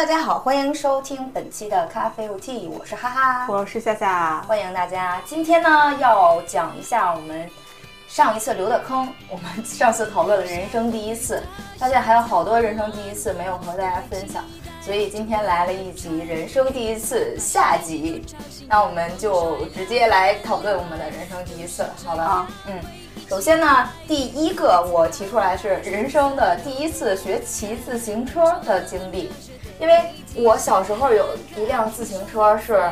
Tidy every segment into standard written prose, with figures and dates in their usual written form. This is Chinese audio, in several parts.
大家好，欢迎收听本期的咖啡 OT， 我是哈哈， 我是夏夏， 欢迎大家。今天呢，要讲一下我们上一次留的坑。我们上次讨论了人生第一次，发现还有好多人生第一次没有和大家分享，所以今天来了一集人生第一次下集。那我们就直接来讨论我们的人生第一次，好吧？首先呢，第一个我提出来是人生的第一次学骑自行车的经历。因为我小时候有一辆自行车是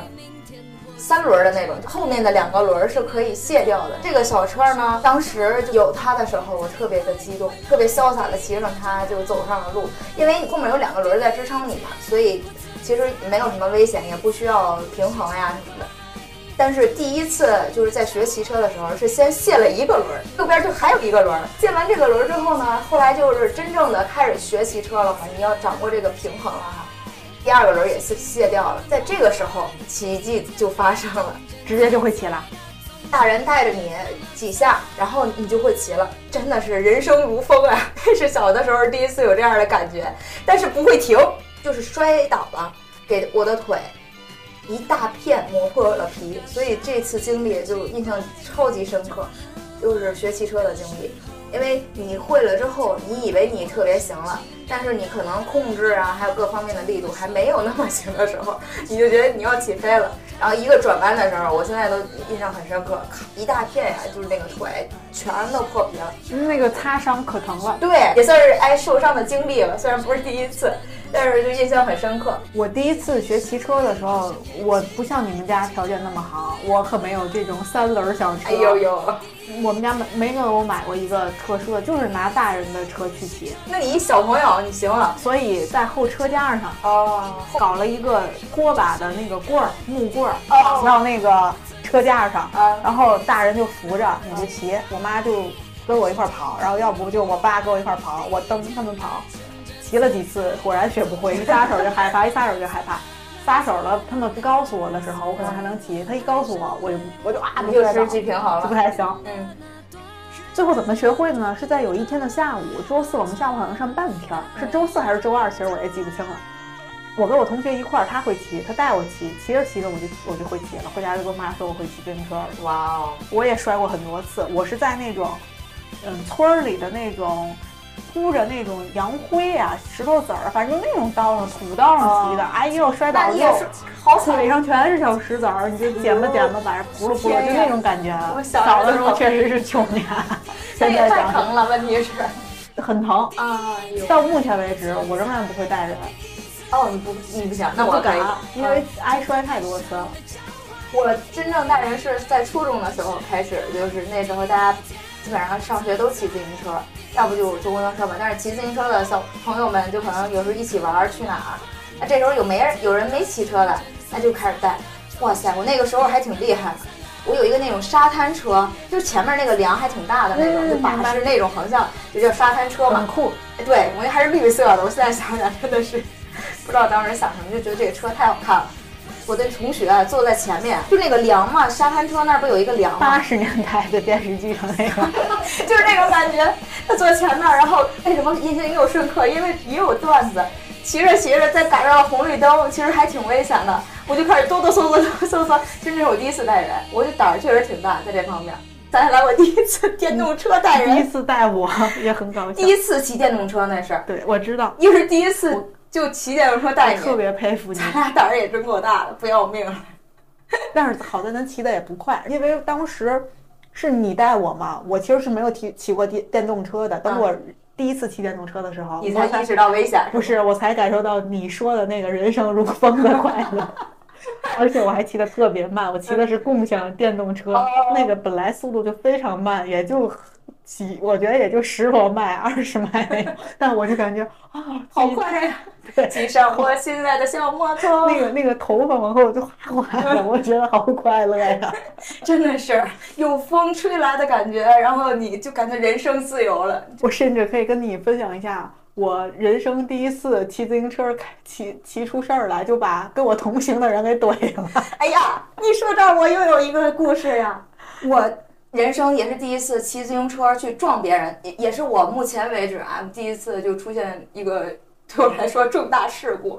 3轮的那种，后面的2个轮是可以卸掉的。这个小车呢，当时有它的时候，我特别的激动，特别潇洒的骑上它就走上了路。因为后面有2个轮在支撑你嘛，所以其实没有什么危险，也不需要平衡呀什么的。但是第一次就是在学骑车的时候，是先卸了1个轮，右边就还有1个轮。卸完这个轮之后呢，后来就是真正的开始学骑车了嘛，你要掌握这个平衡了哈。第2个轮也是卸掉了，在这个时候奇迹就发生了， 直接就会骑了。 大人带着你几下，然后你就会骑了，真的是人生如风啊！这是小的时候第一次有这样的感觉，但是不会停，就是摔倒了，给我的腿一大片磨破了皮，所以这次经历就印象超级深刻，就是学骑车的经历。因为你会了之后，你以为你特别行了，但是你可能控制啊，还有各方面的力度还没有那么行的时候，你就觉得你要起飞了。然后一个转弯的时候，我现在都印象很深刻，一大片呀，就是那个腿全都破皮了， 那个擦伤可疼了。 对，也算是受伤的经历了，虽然不是第一次。但是就印象很深刻。 我第一次学骑车的时候，我不像你们家条件那么好，我可没有这种3轮小车。 哎呦， 我们家没给我买过一个特殊的，就是拿大人的车去骑。 那你一小朋友你行了， 所以在后车架上搞了一个拖把的那个棍儿，木棍儿绑到那个车架上，然后大人就扶着你就骑，我妈就跟我一块跑，然后要不就我爸跟我一块跑，我蹬他们跑。骑了几次，果然学不会，一撒手就害怕，一撒手就害怕。撒手了，他们不告诉我的时候，我可能还能骑。他一告诉我，我就你就失去平衡了， 就不太行。最后怎么学会的呢？是在有一天的下午，周4我们下午好像上半天，是周4还是周2？其实我也记不清了。我跟我同学一块儿，他会骑，他带我骑，骑着骑着我就会骑了。回家就跟我妈说我会骑自行车了。 哇哦！ 我也摔过很多次，我是在那种村里的那种。铺着那种洋灰啊、石头子儿，反正那种土道上骑的，哎呦摔倒之后，腿上全是小石子儿，你就捡吧捡吧，把这扑噜扑噜，就那种感觉。 我小的时候确实是穷呀，现在太疼了，问题是很疼啊。 到目前为止，我仍然不会带人。 你不想？那我不敢，因为挨摔太多次了。 我真正带人是在初中的时候开始，就是那时候大家基本上上学都骑自行车。要不就坐公交车吧，但是骑自行车的小朋友们就可能有时候一起玩去哪儿，那这时候有人没骑车的，那就开始带。哇塞，我那个时候还挺厉害的，我有一个那种沙滩车，就是前面那个梁还挺大的那种，就把是那种横向，就叫沙滩车嘛， 很酷。 对，我那还是绿色的，我现在想想真的是不知道当时想什么，就觉得这个车太好看了。我的同学坐在前面，就那个梁嘛，沙滩车那儿不有一个梁吗 ？80年代的电视剧上那个， 就是那种感觉。他坐前面，然后为什么印象又深刻？因为也有段子，骑着骑着再赶上了红绿灯，其实还挺危险的。我就开始哆哆嗦嗦，这是我第一次带人，我就胆儿确实挺大，在这方面。再来，我第一次电动车带人， 第一次带我也很搞笑。 第一次骑电动车那是， 对，我知道， 又是第一次。就骑电动车带你， 特别佩服你， 咱俩胆儿也真够大的，不要命了。 但是好在咱骑的也不快，因为当时是你带我嘛，我其实是没有骑过电动车的。等我第一次骑电动车的时候， 你才意识到危险。 不是，我才感受到你说的那个人生如风的快乐。而且我还骑得特别慢，我骑的是共享电动车，那个本来速度就非常慢，也就我觉得也就10多迈、20迈那种，但我就感觉好快呀！骑上我心爱的小摩托， 那个头发往后就滑的，我觉得好快乐呀！ 真的是有风吹来的感觉，然后你就感觉人生自由了。 我甚至可以跟你分享一下。我人生第一次骑自行车骑出事儿来，就把跟我同行的人给怼了。 哎呀，你说这儿我又有一个故事呀！我人生也是第一次骑自行车去撞别人，也是我目前为止第一次就出现一个对我来说重大事故。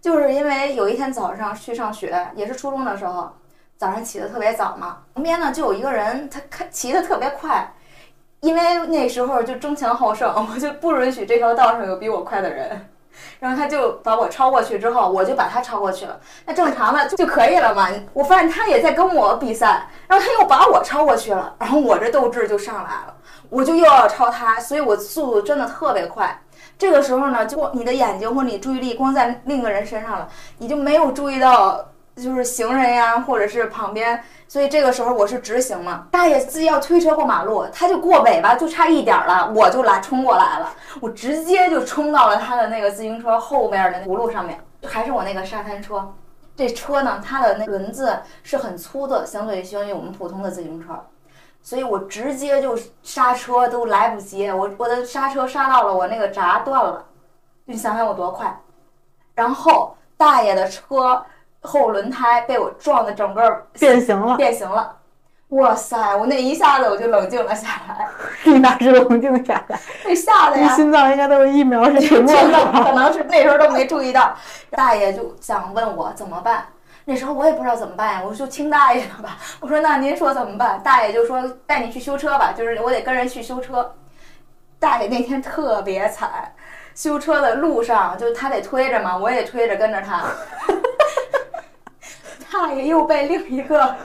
就是因为有一天早上去上学，也是初中的时候，早上起得特别早嘛，旁边呢就有一个人，他骑得特别快，因为那时候就争强好胜，我就不允许这条道上有比我快的人。然后他就把我超过去之后，我就把他超过去了。那正常的就可以了嘛。我发现他也在跟我比赛，然后他又把我超过去了，然后我这斗志就上来了，我就又要超他，所以我速度真的特别快。这个时候呢，就你的眼睛或你注意力光在另一个人身上了，你就没有注意到就是行人呀，或者是旁边。所以这个时候我是直行嘛，大爷自己要推车过马路，他就过尾巴就差一点了，我就冲过来了，我直接就冲到了他的那个自行车后边的轱辘上面，还是我那个沙滩车。这车呢，它的那轮子是很粗的，相对于我们普通的自行车，所以我直接就刹车都来不及，我的刹车刹到了我那个闸断了，你想想我多快。然后大爷的车后轮胎被我撞的整个变形了， 哇塞！我那一下子我就冷静了下来。 你哪是冷静下来？ 被吓的呀！ 你心脏应该都有1秒是停止的， 可能是那时候都没注意到。大爷就想问我怎么办，那时候我也不知道怎么办呀，我就听大爷的吧。我说那您说怎么办？大爷就说带你去修车吧，就是我得跟人去修车。大爷那天特别惨，修车的路上就他得推着嘛，我也推着跟着他。大爷又被另一个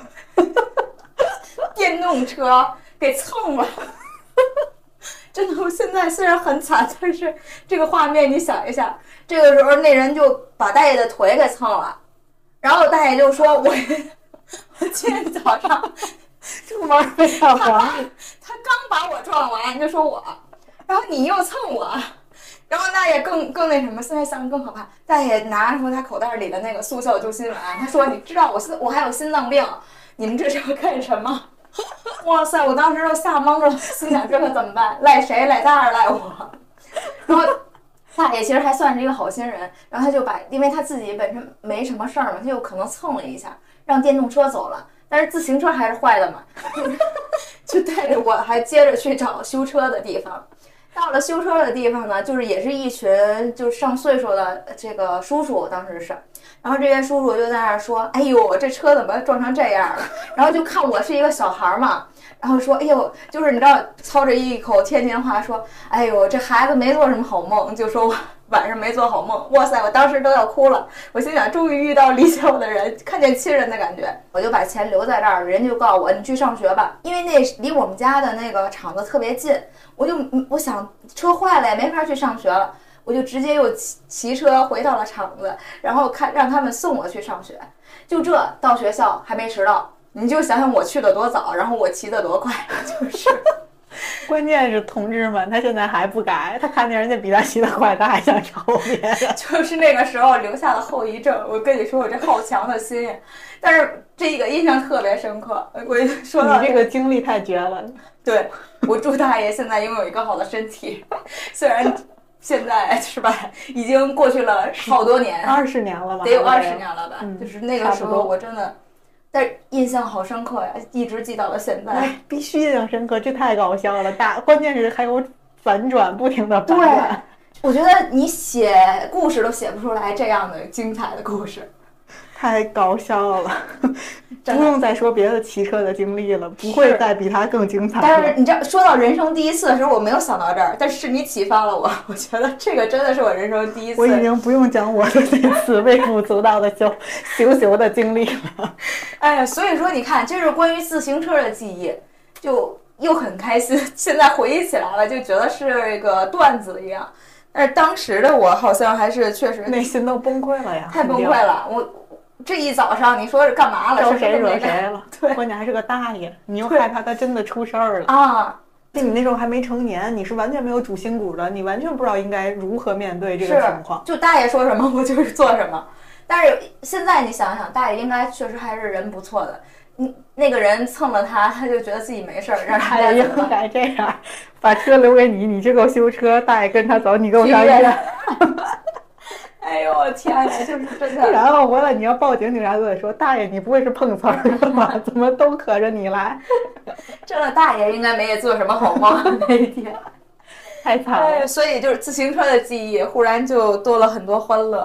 电动车给蹭了，真的，我现在虽然很惨，但是这个画面你想一下，这个时候那人就把大爷的腿给蹭了，然后大爷就说我今天早上这玩意儿非常黄， 他刚把我撞完，你就说我，然后你又蹭我。然后大爷更那什么，现在想更可怕。大爷拿出他口袋里的那个速效救心丸，他说：“你知道我还有心脏病，你们这是要干什么？”哇塞！我当时都吓懵了，心想这可怎么办？赖谁？赖大爷赖我？然后大爷其实还算是一个好心人，然后他就因为他自己本身没什么事儿嘛，他就可能蹭了一下，让电动车走了，但是自行车还是坏的嘛，就带着我还接着去找修车的地方。到了修车的地方呢，就是也是一群就是上岁数的这个叔叔，当时是，然后这些叔叔就在那儿说：“哎呦，这车怎么撞成这样了？”然后就看我是一个小孩嘛，然后说：“哎呦，就是你知道，操着一口天津话说，哎呦，这孩子没做什么好梦，就说我晚上没做好梦。”哇塞，我当时都要哭了，我心想，终于遇到理解我的人，看见亲人的感觉，我就把钱留在这儿，人就告诉我，你去上学吧，因为那离我们家的那个厂子特别近。我想车坏了也没法去上学了，我就直接又骑车回到了厂子，然后让他们送我去上学。就这到学校还没迟到，你就想想我去的多早，然后我骑得多快，就是。 关键是同志们，他现在还不改，他看见人家比他骑得快，他还想超别人， 就是那个时候留下的后遗症。我跟你说，我这好强的心，但是这个印象特别深刻。我说到你这个经历太绝了。 对，我祝大爷现在拥有一个好的身体，虽然现在是吧，已经过去了好多年 ，20年了吧， 得有20年了吧，就是那个时候我真的。但是印象好深刻呀，一直记到了现在。 必须印象深刻，这太搞笑了！关键是还有反转，不停的反转。 我觉得你写故事都写不出来这样的精彩的故事， 太搞笑了。不用再说别的骑车的经历了，不会再比他更精彩了。 但是你知道，说到人生第一次的时候，我没有想到这儿，但是你启发了我，我觉得这个真的是我人生第一次。 我已经不用讲我的那次微不足道的羞的经历了。 哎呀，所以说你看，这是关于自行车的记忆，就又很开心。现在回忆起来了，就觉得是一个段子一样。但是当时的我好像还是确实内心都崩溃了呀， 太崩溃了。我这一早上你说是干嘛了？ 招谁惹谁了？ 对， 关键还是个大爷，你又害怕他真的出事儿了啊！ 你那时候还没成年，你是完全没有主心骨的，你完全不知道应该如何面对这个情况。 就大爷说什么我就是做什么。但是现在你想想，大爷应该确实还是人不错的。那个人蹭了他，他就觉得自己没事儿，让他应该这样，把车留给你，你这给我修车，大爷跟他走，你给我上医院。 哎呦我天哪，就是真的。 然后回来你要报警，警察都得说大爷，你不会是碰瓷儿了吧？怎么都可着你来？ 真的，大爷应该没做什么好梦那一天， 太惨了。 所以就是自行车的记忆，忽然就多了很多欢乐。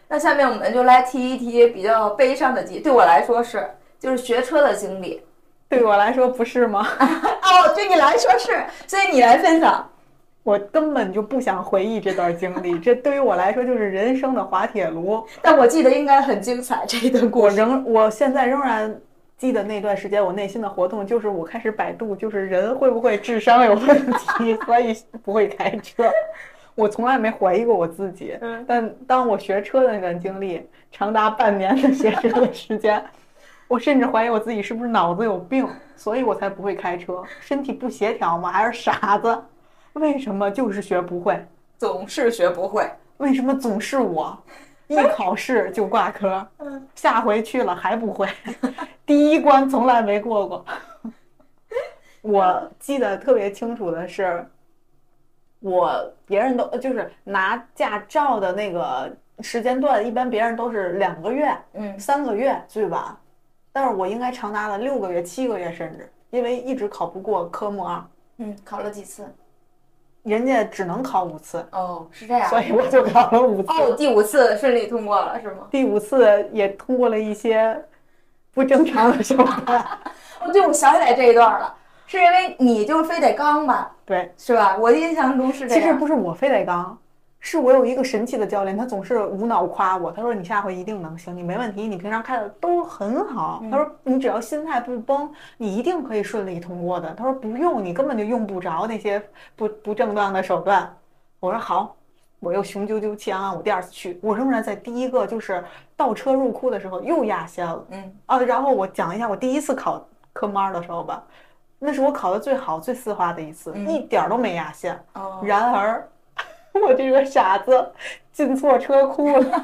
那下面我们就来提一提比较悲伤的对我来说就是学车的经历。 对我来说不是吗？ 哦，对你来说是，所以你来分享。 我根本就不想回忆这段经历，这对于我来说就是人生的滑铁卢。 但我记得应该很精彩这一段故事。 我现在仍然记得那段时间，我内心的活动就是我开始百度，就是人会不会智商有问题，所以不会开车。我从来没怀疑过我自己，但当我学车的那段经历，长达半年的学车的时间，我甚至怀疑我自己是不是脑子有病，所以我才不会开车。身体不协调吗？还是傻子？为什么就是学不会？ 总是学不会。 为什么总是我？一考试就挂科，下回去了还不会，第一关从来没过过。我记得特别清楚的是，别人都就是拿驾照的那个时间段，一般别人都是2个月，3个月最晚，但是我应该长达了6个月、7个月，甚至因为一直考不过科目2。 考了几次？ 人家只能考5次。 哦，是这样。 所以我就考了5次。 哦，第5次顺利通过了是吗？ 第5次也通过了一些不正常的手段。 对，我想起来这一段了，是因为你就非得刚吧？ 对， 是吧？我印象中是这样。 其实不是我非得刚，是我有一个神奇的教练，他总是无脑夸我，他说你下回一定能行，你没问题，你平常开的都很好。他说你只要心态不崩，你一定可以顺利通过的。他说不用，你根本就用不着那些不正当的手段。我说好，我又雄赳赳气昂昂，我第2次去，我仍然在第一个就是倒车入库的时候又压线了。然后我讲一下我第1次考科目2的时候吧，那是我考的最好最丝滑的一次，一点都没压线。然而我这个傻子进错车库了。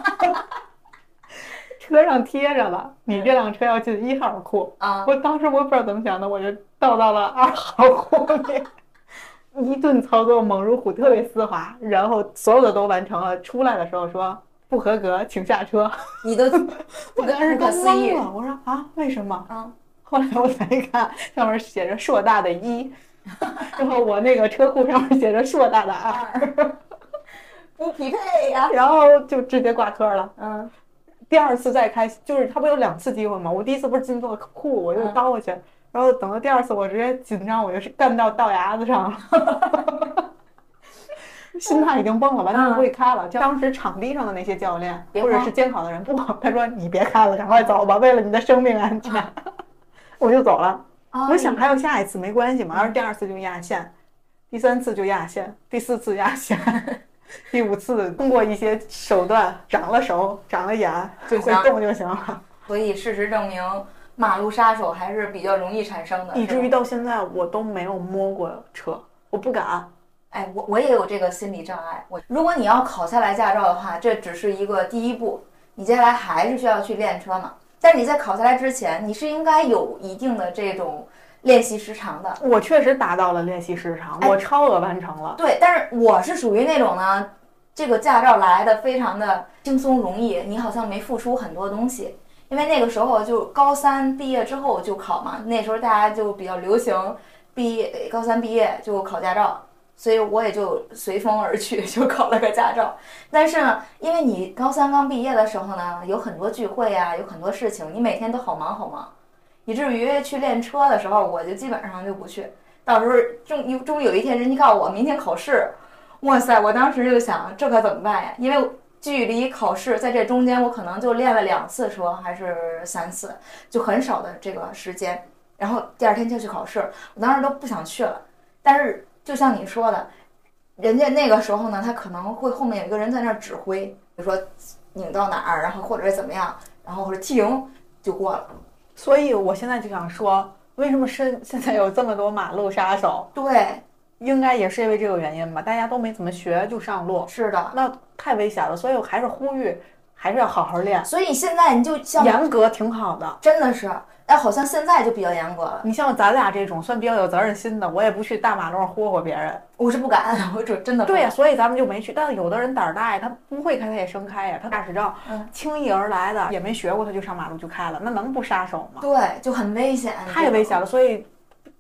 车上贴着了你这辆车要进1号库。我当时我不知道怎么想的，我就倒到了2号库里。一顿操作猛如虎，特别丝滑，然后所有的都完成了。出来的时候说不合格，请下车。 你都我当时都懵了，我说啊，为什么？后来我才看上面写着硕大的1，然后我那个车库上面写着硕大的2， 不匹配呀。 然后就直接挂科了。第2次再开，就是他不有2次机会吗？我第1次不是进错库，我又倒过去。然后等到第2次，我直接紧张，我就是干到道牙子上了。心态已经崩了，完全不会开了。当时场地上的那些教练或者是监考的人不，他说你别开了，赶快走吧，为了你的生命安全。我就走了。我想还有下一次没关系嘛，要是第2次就压线，第3次就压线，第4次压线，第5次通过一些手段长了手长了眼就会动就行了。 所以事实证明，马路杀手还是比较容易产生的， 以至于到现在我都没有摸过车，我不敢。 我也有这个心理障碍。如果你要考下来驾照的话，这只是一个第一步，你接下来还是需要去练车嘛。但是你在考下来之前，你是应该有一定的这种练习时长的。 我确实达到了练习时长，我超额完成了。 对，但是我是属于那种呢，这个驾照来的非常的轻松容易，你好像没付出很多东西。因为那个时候就高3毕业之后就考嘛，那时候大家就比较流行高3毕业就考驾照，所以我也就随风而去，就考了个驾照。但是呢，因为你高3刚毕业的时候呢，有很多聚会啊，有很多事情，你每天都好忙好忙，以至于去练车的时候，我就基本上就不去。到时候终于有一天，人家告诉我明天考试，哇塞！我当时就想，这可怎么办呀？因为距离考试在这中间，我可能就练了2次车，还是3次，就很少的这个时间。然后第2天就去考试，我当时都不想去了。但是就像你说的，人家那个时候呢，他可能会后面有一个人在那儿指挥，比如说拧到哪儿，然后或者是怎么样，然后或者停就过了。 所以我现在就想说，为什么现在有这么多马路杀手？ 对。 应该也是因为这个原因吧，大家都没怎么学就上路， 是的， 那太危险了。所以我还是呼吁，还是要好好练。 所以现在你就像严格挺好的， 真的是，哎，好像现在就比较严格了。 你像咱俩这种算比较有责任心的，我也不去大马路上霍霍别人， 我是不敢，我真的不敢。 对呀，所以咱们就没去。但是有的人胆儿大呀，他不会开他也生开呀，他驾驶证轻易而来的，也没学过他就上马路就开了，那能不杀手吗？ 对，就很危险， 太危险了。所以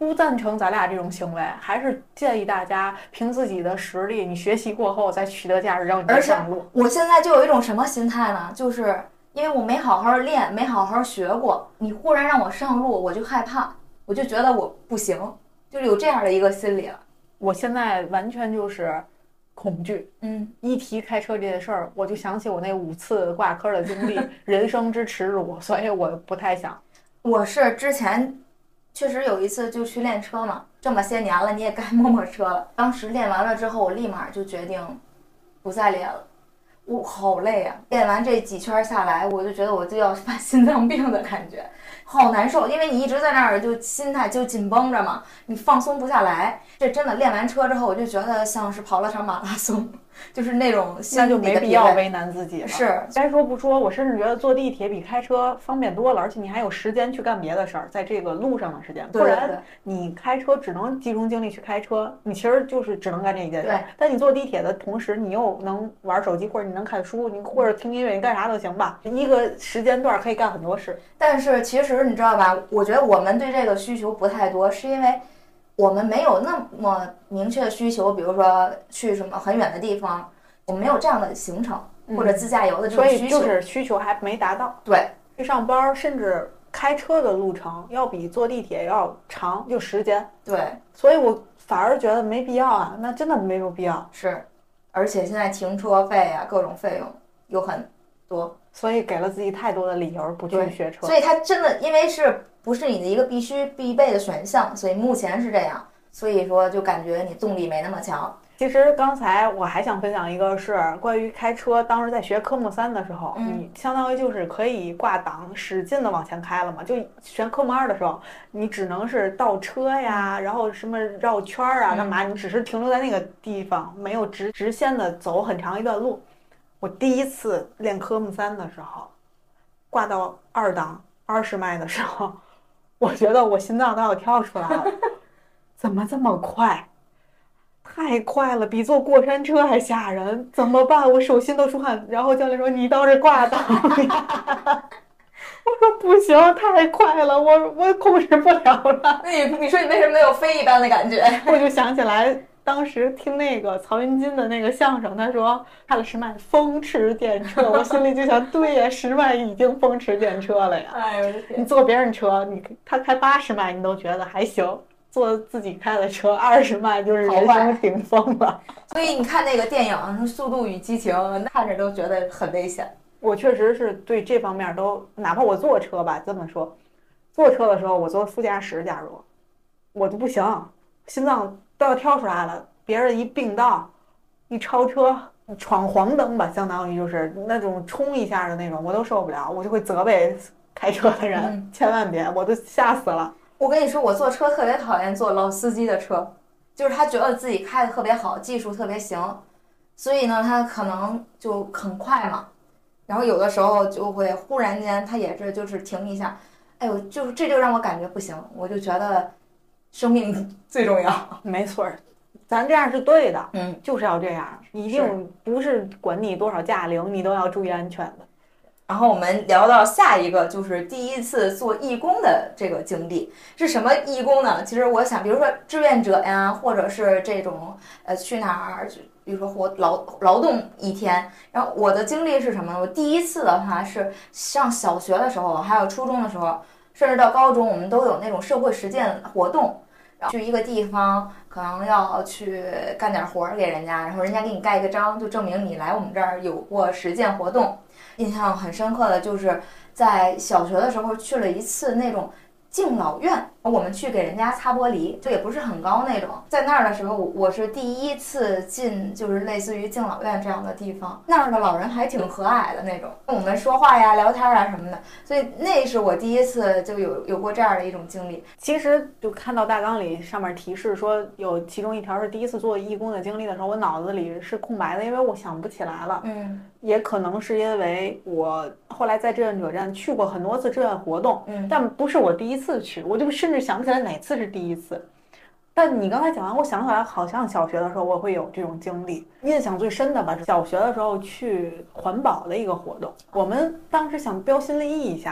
不赞成咱俩这种行为，还是建议大家凭自己的实力，你学习过后再取得价值，让你再上路。 我现在就有一种什么心态呢？就是因为我没好好练，没好好学过，你忽然让我上路，我就害怕，我就觉得我不行，就是有这样的一个心理了。 我现在完全就是恐惧，一提开车这件事儿，我就想起我那5次挂科的经历，人生之耻辱，所以我不太想。 我是之前确实有一次就去练车嘛，这么些年了，你也该摸摸车了。当时练完了之后，我立马就决定不再练了。我好累啊！练完这几圈下来，我就觉得我就要发心脏病的感觉，好难受。因为你一直在那儿就心态就紧绷着嘛，你放松不下来。这真的练完车之后，我就觉得像是跑了场马拉松，就是那种心那就没必要为难自己了。 是， 该说不说，我甚至觉得坐地铁比开车方便多了，而且你还有时间去干别的事儿，在这个路上的时间。不然你开车只能集中精力去开车，你其实就是只能干这一件事。但你坐地铁的同时，你又能玩手机，或者你能看书，你或者听音乐，你干啥都行吧。一个时间段可以干很多事。 但是其实你知道吧，我觉得我们对这个需求不太多，是因为我们没有那么明确的需求，比如说去什么很远的地方，我们没有这样的行程或者自驾游的这种需求， 所以就是需求还没达到。 对， 去上班甚至开车的路程要比坐地铁要长，就时间。 对， 所以我反而觉得没必要啊，那真的没有必要。 是，而且现在停车费啊，各种费用有很多， 所以给了自己太多的理由不去学车。 所以它真的因为不是你的一个必备的选项，所以目前是这样，所以说就感觉你动力没那么强。 其实刚才我还想分享一个是关于开车，当时在学科目3的时候，你相当于就是可以挂档使劲的往前开了嘛。就学科目2的时候，你只能是倒车呀，然后什么绕圈啊干嘛，你只是停留在那个地方，没有直线的走很长一段路。我第一次练科目3的时候，挂到2档20迈的时候，我觉得我心脏都要跳出来了，怎么这么快？太快了，比坐过山车还吓人，怎么办？我手心都出汗。然后教练说：“你倒是挂档呀。”我说：“不行，太快了，我控制不了了。” 那你说你为什么有飞一般的感觉？ 我就想起来，当时听那个曹云金的那个相声，他说开了10迈风驰电掣，我心里就想，对呀，10迈已经风驰电掣了呀。 哎呦我的天！ 你坐别人车，他开80迈，你都觉得还行。坐自己开的车20迈就是人生顶峰了。 所以你看那个电影《速度与激情》，看着都觉得很危险。 我确实是对这方面都，哪怕我坐车吧，这么说，坐车的时候我坐副驾驶，假如我就不行，心脏都要跳出来了。别人一并道，一超车，闯黄灯吧，相当于就是那种冲一下的那种，我都受不了，我就会责备开车的人，千万别，我都吓死了。 我跟你说，我坐车特别讨厌坐老司机的车，就是他觉得自己开的特别好，技术特别行，所以呢，他可能就很快嘛，然后有的时候就会忽然间他也是就是停一下，哎呦，就是这就让我感觉不行，我就觉得生命最重要。 没错，咱这样是对的，就是要这样，一定不是管你多少驾龄，你都要注意安全的。 然后我们聊到下一个，就是第一次做义工的这个经历是什么义工呢？其实我想，比如说志愿者呀，或者是这种去哪儿，比如说劳动一天。然后我的经历是什么呢？我第一次的话是上小学的时候，还有初中的时候，甚至到高中，我们都有那种社会实践活动。去一个地方，可能要去干点活给人家，然后人家给你盖一个章，就证明你来我们这儿有过实践活动。印象很深刻的就是在小学的时候去了一次那种敬老院，我们去给人家擦玻璃，就也不是很高那种。在那儿的时候，我是第一次进，就是类似于敬老院这样的地方。那儿的老人还挺和蔼的那种，跟我们说话呀、聊天啊什么的。所以那是我第一次就有过这样的一种经历。 其实就看到大纲里上面提示说有其中一条是第一次做义工的经历的时候，我脑子里是空白的，因为我想不起来了。也可能是因为我后来在志愿者站去过很多次志愿活动，但不是我第一次去，我就甚至想不起来哪次是第一次。但你刚才讲完，我想起来好像小学的时候我会有这种经历，印象最深的吧，小学的时候去环保的一个活动，我们当时想标新立异一下嘛，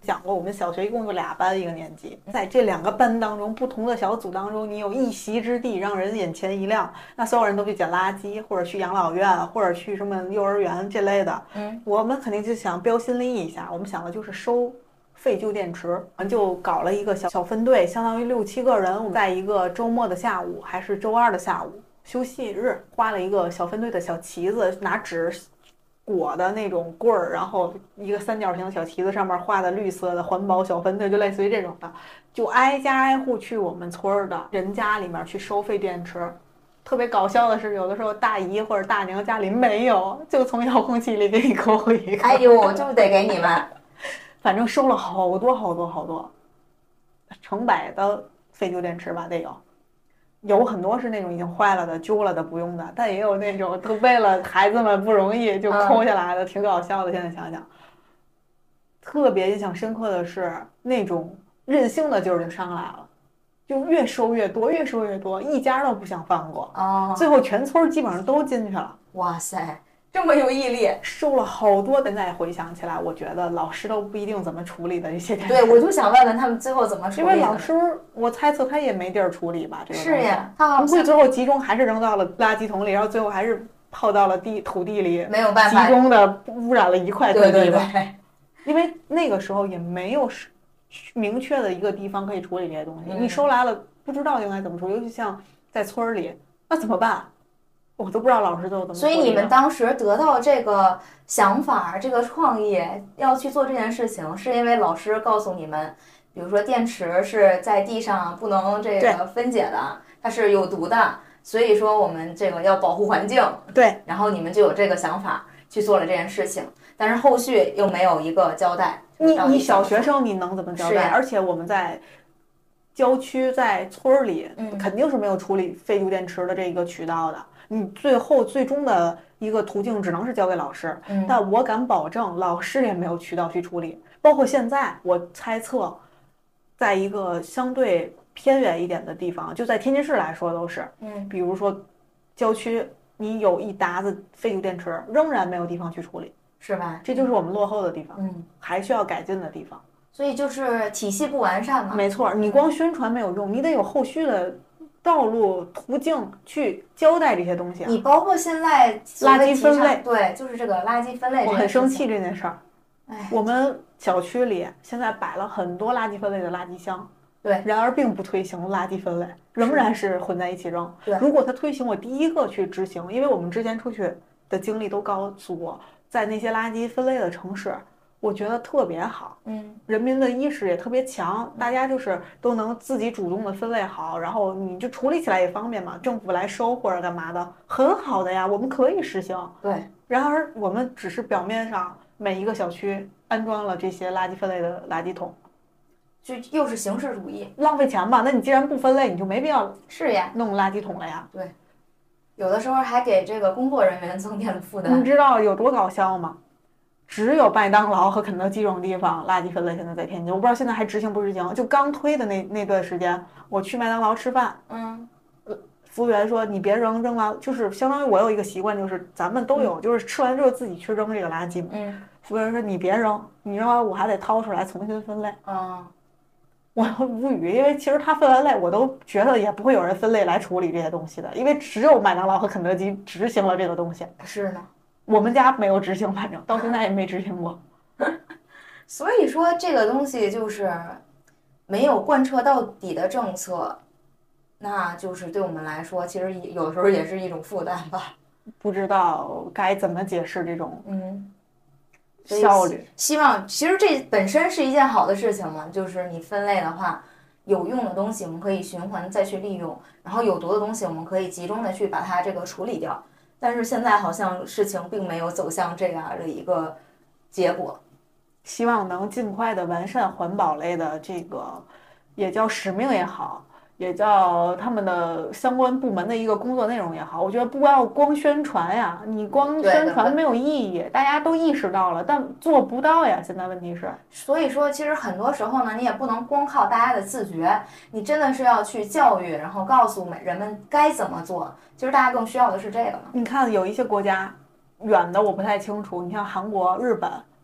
讲过，我们小学一共有2班一个年级，在这2个班当中，不同的小组当中，你有一席之地，让人眼前一亮。那所有人都去捡垃圾，或者去养老院，或者去什么幼儿园这类的。我们肯定就想标新立异一下，我们想的就是收废旧电池，我们就搞了一个小分队，相当于6、7个人，我们在一个周末的下午，还是周2的下午，休息日，画了一个小分队的小旗子，拿纸裹的那种棍儿，然后一个3角形小旗子上面画的绿色的环保小分队，就类似于这种的，就挨家挨户去我们村的人家里面去收废电池。特别搞笑的是，有的时候大姨或者大娘家里没有，就从遥控器里给你抠一个。 哎呦，就得给你们。 反正收了好多，成百的废旧电池吧，得有很多是那种已经坏了的、旧了的不用的，但也有那种都为了孩子们不容易就抠下来的，挺搞笑的。现在想想，特别印象深刻的是那种任性的劲儿就上来了，就越收越多，一家都不想放过。最后全村基本上都进去了。 哇塞！这么有毅力， 收了好多。现在回想起来，我觉得老师都不一定怎么处理的这些电池。 对，我就想问问他们最后怎么处理的。 因为老师，我猜测他也没地儿处理吧，这个是呀， 他不会最后集中还是扔到了垃圾桶里，然后最后还是泡到了土地里， 没有办法集中的污染了一块土地吧。 对。 因为那个时候也没有明确的一个地方可以处理这些东西，你收来了不知道应该怎么处理，尤其像在村里，那怎么办？我都不知道老师都怎么。 所以你们当时得到这个想法、这个创意要去做这件事情，是因为老师告诉你们，比如说电池是在地上不能这个分解的，它是有毒的，所以说我们这个要保护环境。 对， 然后你们就有这个想法去做了这件事情，但是后续又没有一个交代。 你小学生你能怎么交代？而且我们在郊区在村里，肯定是没有处理废旧电池的这个渠道的。你最终的一个途径只能是交给老师，但我敢保证老师也没有渠道去处理。包括现在我猜测，在一个相对偏远一点的地方，就在天津市来说都是，比如说郊区，你有一沓子废旧电池，仍然没有地方去处理， 是吧？ 这就是我们落后的地方，还需要改进的地方。 所以就是体系不完善嘛。 没错，你光宣传没有用，你得有后续的道路途径去交代这些东西。 你包括现在垃圾分类， 对，就是这个垃圾分类。 我很生气这件事儿。我们小区里现在摆了很多垃圾分类的垃圾箱， 对， 然而并不推行垃圾分类，仍然是混在一起扔。如果他推行，我第一个去执行，因为我们之前出去的经历都告诉我，在那些垃圾分类的城市，我觉得特别好，人民的意识也特别强，大家就是都能自己主动的分类好，然后你就处理起来也方便嘛，政府来收或者干嘛的，很好的呀，我们可以实行。 对， 然而我们只是表面上每一个小区安装了这些垃圾分类的垃圾桶， 就又是形式主义， 浪费钱吧？那你既然不分类，你就没必要是呀弄垃圾桶了呀。 对，有的时候还给这个工作人员增添了负担。 你知道有多搞笑吗？只有麦当劳和肯德基这种地方垃圾分类现在在天津，我不知道现在还执行不执行。就刚推的那段时间，我去麦当劳吃饭，服务员说你别扔了，就是相当于我有一个习惯，就是咱们都有，就是吃完之后自己去扔这个垃圾嘛。服务员说你别扔，你扔完我还得掏出来重新分类。我无语，因为其实他分完类，我都觉得也不会有人分类来处理这些东西的，因为只有麦当劳和肯德基执行了这个东西。 是的。 我们家没有执行，反正到现在也没执行过。 所以说这个东西就是没有贯彻到底的政策，那就是对我们来说，其实有时候也是一种负担吧。 不知道该怎么解释这种效率。 希望其实这本身是一件好的事情嘛，就是你分类的话，有用的东西我们可以循环再去利用，然后有毒的东西我们可以集中的去把它这个处理掉。但是现在好像事情并没有走向这样的一个结果， 希望能尽快的完善环保类的这个，也叫使命也好，也叫他们的相关部门的一个工作内容也好，我觉得不要光宣传呀，你光宣传没有意义，大家都意识到了，但做不到呀。现在问题是， 所以说其实很多时候呢，你也不能光靠大家的自觉，你真的是要去教育，然后告诉人们该怎么做。其实大家更需要的是这个嘛。 你看有一些国家远的我不太清楚，你像韩国、日本，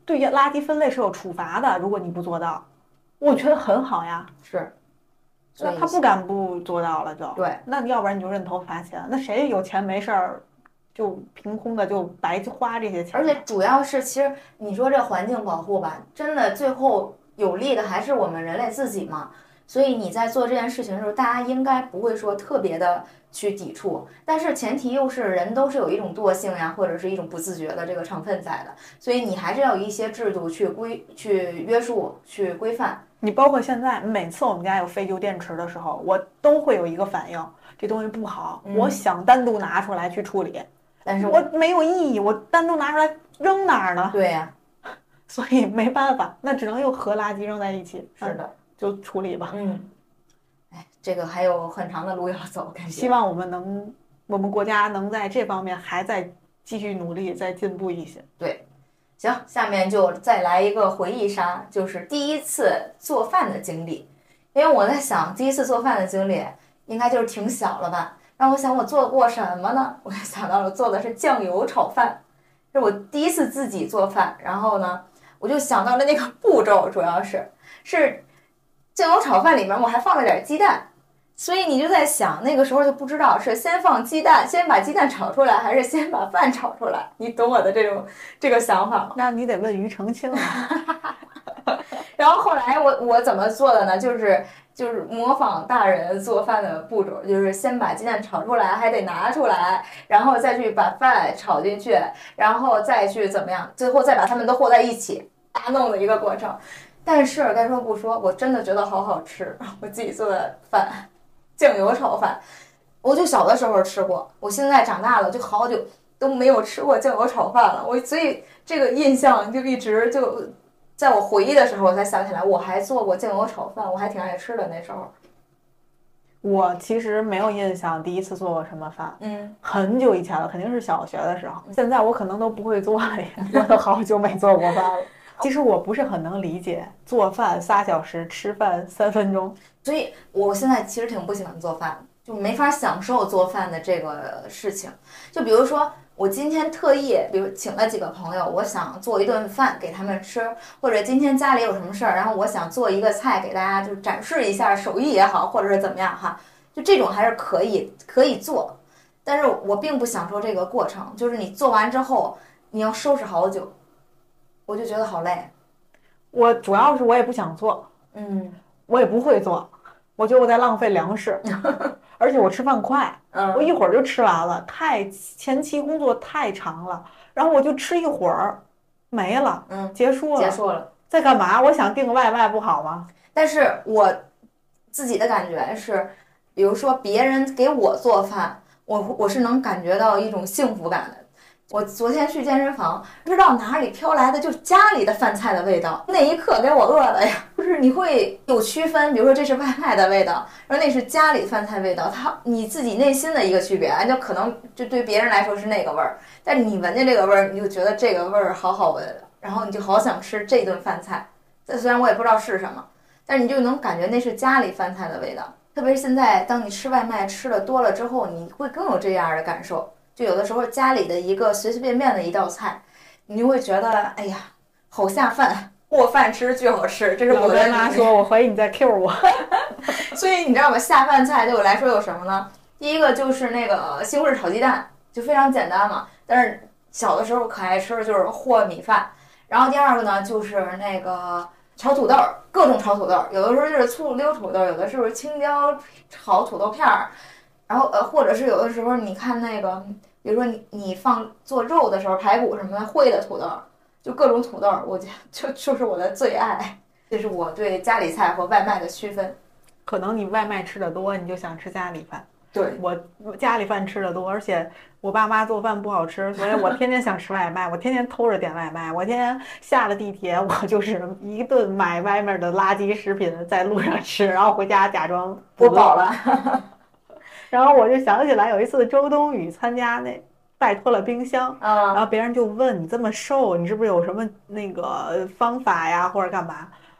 对垃圾分类是有处罚的，如果你不做到，我觉得很好呀。 是， 那他不敢不做到了就对， 那要不然你就认头罚钱，那谁有钱没事儿就凭空的就白花这些钱？ 而且主要是，其实你说这环境保护吧，真的最后有利的还是我们人类自己嘛。所以你在做这件事情的时候，大家应该不会说特别的去抵触，但是前提又是人都是有一种惰性呀，或者是一种不自觉的这个成分在的，所以你还是要有一些制度去约束、去规范。 你包括现在每次我们家有废旧电池的时候，我都会有一个反应，这东西不好，我想单独拿出来去处理， 但是我没有意义，我单独拿出来扔哪儿呢？ 对呀， 所以没办法，那只能又和垃圾扔在一起。 是的， 就处理吧。 这个还有很长的路要走，感觉。 希望我们国家能在这方面还在继续努力，再进步一些。 对，行，下面就再来一个回忆杀，就是第一次做饭的经历。因为我在想，第一次做饭的经历应该就是挺小了吧。然后我想我做过什么呢？我就想到了做的是酱油炒饭，是我第一次自己做饭。然后呢，我就想到了那个步骤，主要是酱油炒饭里面我还放了点鸡蛋。所以你就在想，那个时候就不知道是先放鸡蛋，先把鸡蛋炒出来，还是先把饭炒出来？你懂我的这个想法吗？ 那你得问庾澄庆然后后来我怎么做的呢？就是模仿大人做饭的步骤，就是先把鸡蛋炒出来，还得拿出来，然后再去把饭炒进去，然后再去怎么样，最后再把它们都和在一起，大弄的一个过程。但是该说不说，我真的觉得好好吃，我自己做的饭。酱油炒饭，我就小的时候吃过，我现在长大了就好久都没有吃过酱油炒饭了。所以这个印象就一直就在我回忆的时候，我才想起来我还做过酱油炒饭，我还挺爱吃的那时候。 我其实没有印象第一次做过什么饭，很久以前了，肯定是小学的时候。现在我可能都不会做了，我都好久没做过饭了。其实我不是很能理解做饭3小时，吃饭3分钟。 所以我现在其实挺不喜欢做饭，就没法享受做饭的这个事情。就比如说我今天特意比如请了几个朋友，我想做一顿饭给他们吃，或者今天家里有什么事儿，然后我想做一个菜给大家就展示一下手艺也好，或者是怎么样哈，就这种还是可以做。但是我并不享受这个过程，就是你做完之后你要收拾好久，我就觉得好累。 我主要是我也不想做，我也不会做，我觉得我在浪费粮食，而且我吃饭快，我一会儿就吃完了，前期工作太长了，然后我就吃一会儿，没了，结束了，在干嘛？我想订个外卖不好吗？ 但是我自己的感觉是，比如说别人给我做饭，我是能感觉到一种幸福感的。我昨天去健身房，不知道哪里飘来的就家里的饭菜的味道，那一刻给我饿的呀！就是你会有区分，比如说这是外卖的味道，然后那是家里饭菜味道，你自己内心的一个区别，就可能就对别人来说是那个味儿，但是你闻见这个味儿，你就觉得这个味儿好好闻，然后你就好想吃这顿饭菜。虽然我也不知道是什么，但是你就能感觉那是家里饭菜的味道。特别是现在，当你吃外卖吃的多了之后，你会更有这样的感受。就有的时候家里的一个随随便便的一道菜，你就会觉得哎呀好下饭，过饭吃巨好吃。这是我跟妈说，我怀疑你在 Q 我。 所以你知道吗？下饭菜对我来说有什么呢？第一个就是那个西红柿炒鸡蛋，就非常简单嘛。但是小的时候可爱吃的就是和米饭。然后第二个呢就是那个炒土豆，各种炒土豆，有的时候就是醋溜土豆，有的时候青椒炒土豆片儿。然后或者是有的时候你看那个，比如说你放做肉的时候，排骨什么的烩的土豆，就各种土豆，我就是我的最爱。这是我对家里菜和外卖的区分。 可能你外卖吃的多，你就想吃家里饭。 对， 我家里饭吃的多，而且我爸妈做饭不好吃，所以我天天想吃外卖，我天天偷着点外卖，我天天下了地铁，我就是一顿买外面的垃圾食品在路上吃，然后回家假装我饱了。 然后我就想起来有一次周冬雨参加拜托了冰箱，然后别人就问你这么瘦，你是不是有什么那个方法呀，或者干嘛？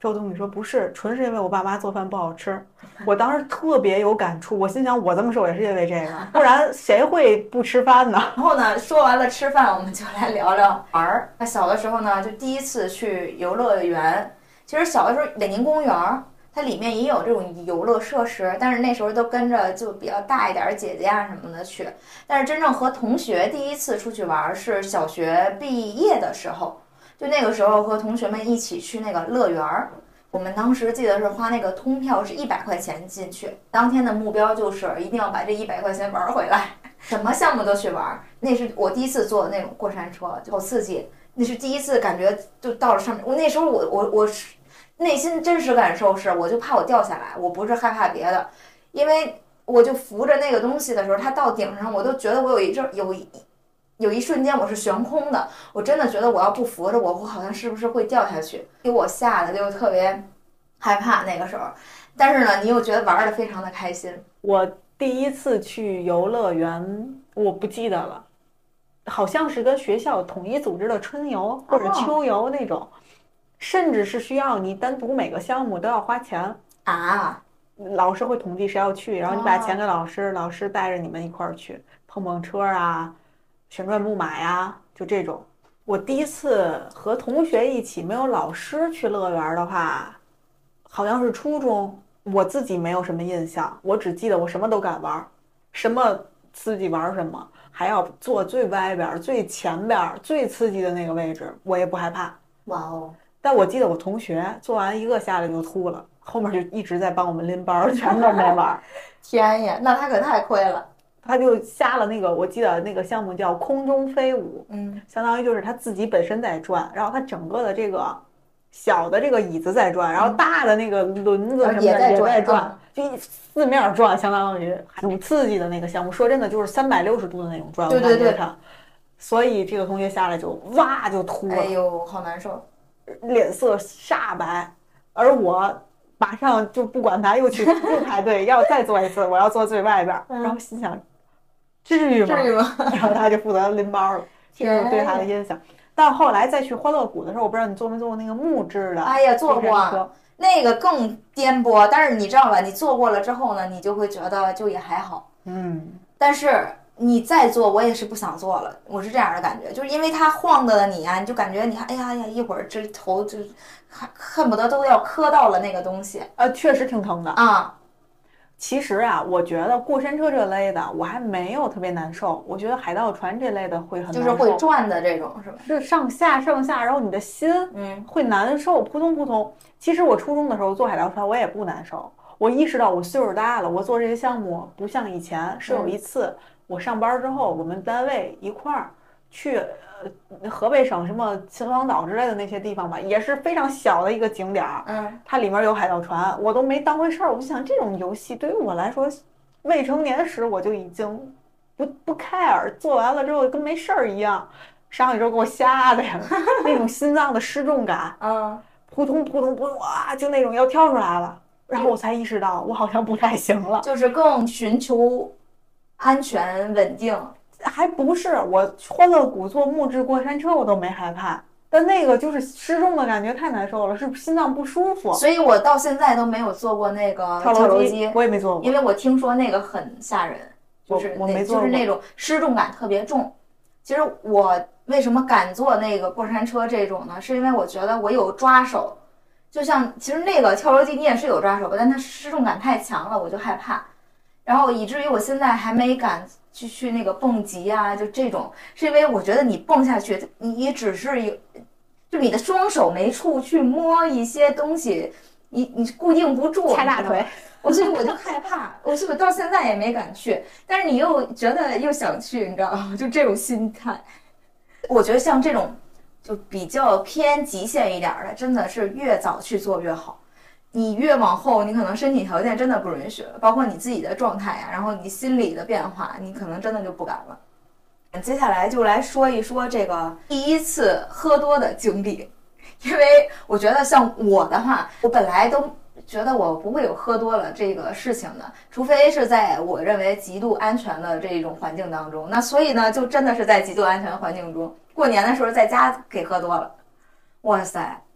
周冬雨说不是，纯是因为我爸妈做饭不好吃。我当时特别有感触，我心想我这么瘦也是因为这个，不然谁会不吃饭呢？ 然后呢，说完了吃饭，我们就来聊聊玩儿。那小的时候呢，就第一次去游乐园。其实小的时候，北宁公园它里面也有这种游乐设施，但是那时候都跟着就比较大一点的姐姐啊什么的去。但是真正和同学第一次出去玩是小学毕业的时候。就那个时候和同学们一起去那个乐园儿，我们当时记得是花那个通票是100块钱进去，当天的目标就是一定要把这100块钱玩回来，什么项目都去玩。那是我第一次坐的那种过山车，好刺激，那是第一次感觉就到了上面。我那时候我内心真实感受是，我就怕我掉下来，我不是害怕别的，因为我就扶着那个东西的时候，它到顶上，我都觉得我有一瞬间我是悬空的，我真的觉得我要不扶着我好像是不是会掉下去，给我吓得就特别害怕那个时候。但是呢，你又觉得玩的非常的开心。 我第一次去游乐园，我不记得了，好像是跟学校统一组织的春游或者秋游那种，甚至是需要你单独每个项目都要花钱啊。 老师会统计谁要去，然后你把钱给老师，老师带着你们一块儿去碰碰车啊。旋转木马呀，就这种。我第一次和同学一起没有老师去乐园的话，好像是初中，我自己没有什么印象，我只记得我什么都敢玩，什么刺激玩什么，还要坐最外边、最前边、最刺激的那个位置，我也不害怕。 哇哦！ 但我记得我同学做完一个下来就吐了，后面就一直在帮我们拎包，全都没玩。 天呀，那他可太亏了。 他就下了那个，我记得那个项目叫空中飞舞，相当于就是他自己本身在转，然后他整个的这个小的这个椅子在转，然后大的那个轮子什么的也在转，就四面转，相当于很刺激的那个项目。说真的，就是360度的那种转， 对对对。 所以这个同学下来就哇就吐了， 哎呦，好难受， 脸色煞白，而我。马上就不管他，又排队，要再做一次，我要坐最外边。然后心想，至于吗？然后他就负责拎包了，这是对他的印象。但后来再去欢乐谷的时候，我不知道你坐没坐过那个木质的？ 哎呀，坐过，那个更颠簸。但是你知道吧，你坐过了之后呢，你就会觉得就也还好。但是你再坐，我也是不想坐了。我是这样的感觉，就是因为它晃的你啊，你就感觉你哎呀，一会儿这头就恨不得都要磕到了那个东西。 确实挺疼的啊。 其实啊，我觉得过山车这类的我还没有特别难受。我觉得海盗船这类的会很难受， 就是会转的这种是吧？ 是上下，然后你的心会难受，扑通扑通。其实我初中的时候坐海盗船我也不难受。我意识到我岁数大了，我做这些项目不像以前。是有一次我上班之后，我们单位一块儿去河北省什么秦皇岛之类的那些地方吧，也是非常小的一个景点它里面有海盗船，我都没当回事儿。我就想这种游戏对于我来说，未成年时我就已经不 care， 做完了之后跟没事儿一样。上一周给我吓的呀，那种心脏的失重感，扑通扑通扑通啊，就那种要跳出来了。然后我才意识到我好像不太行了， 就是更寻求安全稳定。 还不是，我欢乐谷坐木质过山车我都没害怕，但那个就是失重的感觉太难受了，是心脏不舒服。 所以我到现在都没有坐过那个跳楼机， 我也没坐过， 因为我听说那个很吓人，就是我没坐过， 就是那种失重感特别重。其实我为什么敢坐那个过山车这种呢？是因为我觉得我有抓手，就像其实那个跳楼机你也是有抓手吧，但它失重感太强了，我就害怕，然后以至于我现在还没敢去那个蹦极啊，就这种，是因为我觉得你蹦下去，你只是就你的双手没处去摸一些东西，你固定不住， 掐大腿， 所以我就害怕，所以我到现在也没敢去。但是你又觉得又想去，你知道吗？就这种心态。我觉得像这种就比较偏极限一点的，真的是越早去做越好。你越往后，你可能身体条件真的不允许了，包括你自己的状态呀，然后你心理的变化，你可能真的就不敢了。接下来就来说一说这个第一次喝多的经历，因为我觉得像我的话，我本来都觉得我不会有喝多了这个事情的，除非是在我认为极度安全的这种环境当中。那所以呢，就真的是在极度安全的环境中，过年的时候在家给喝多了，哇塞！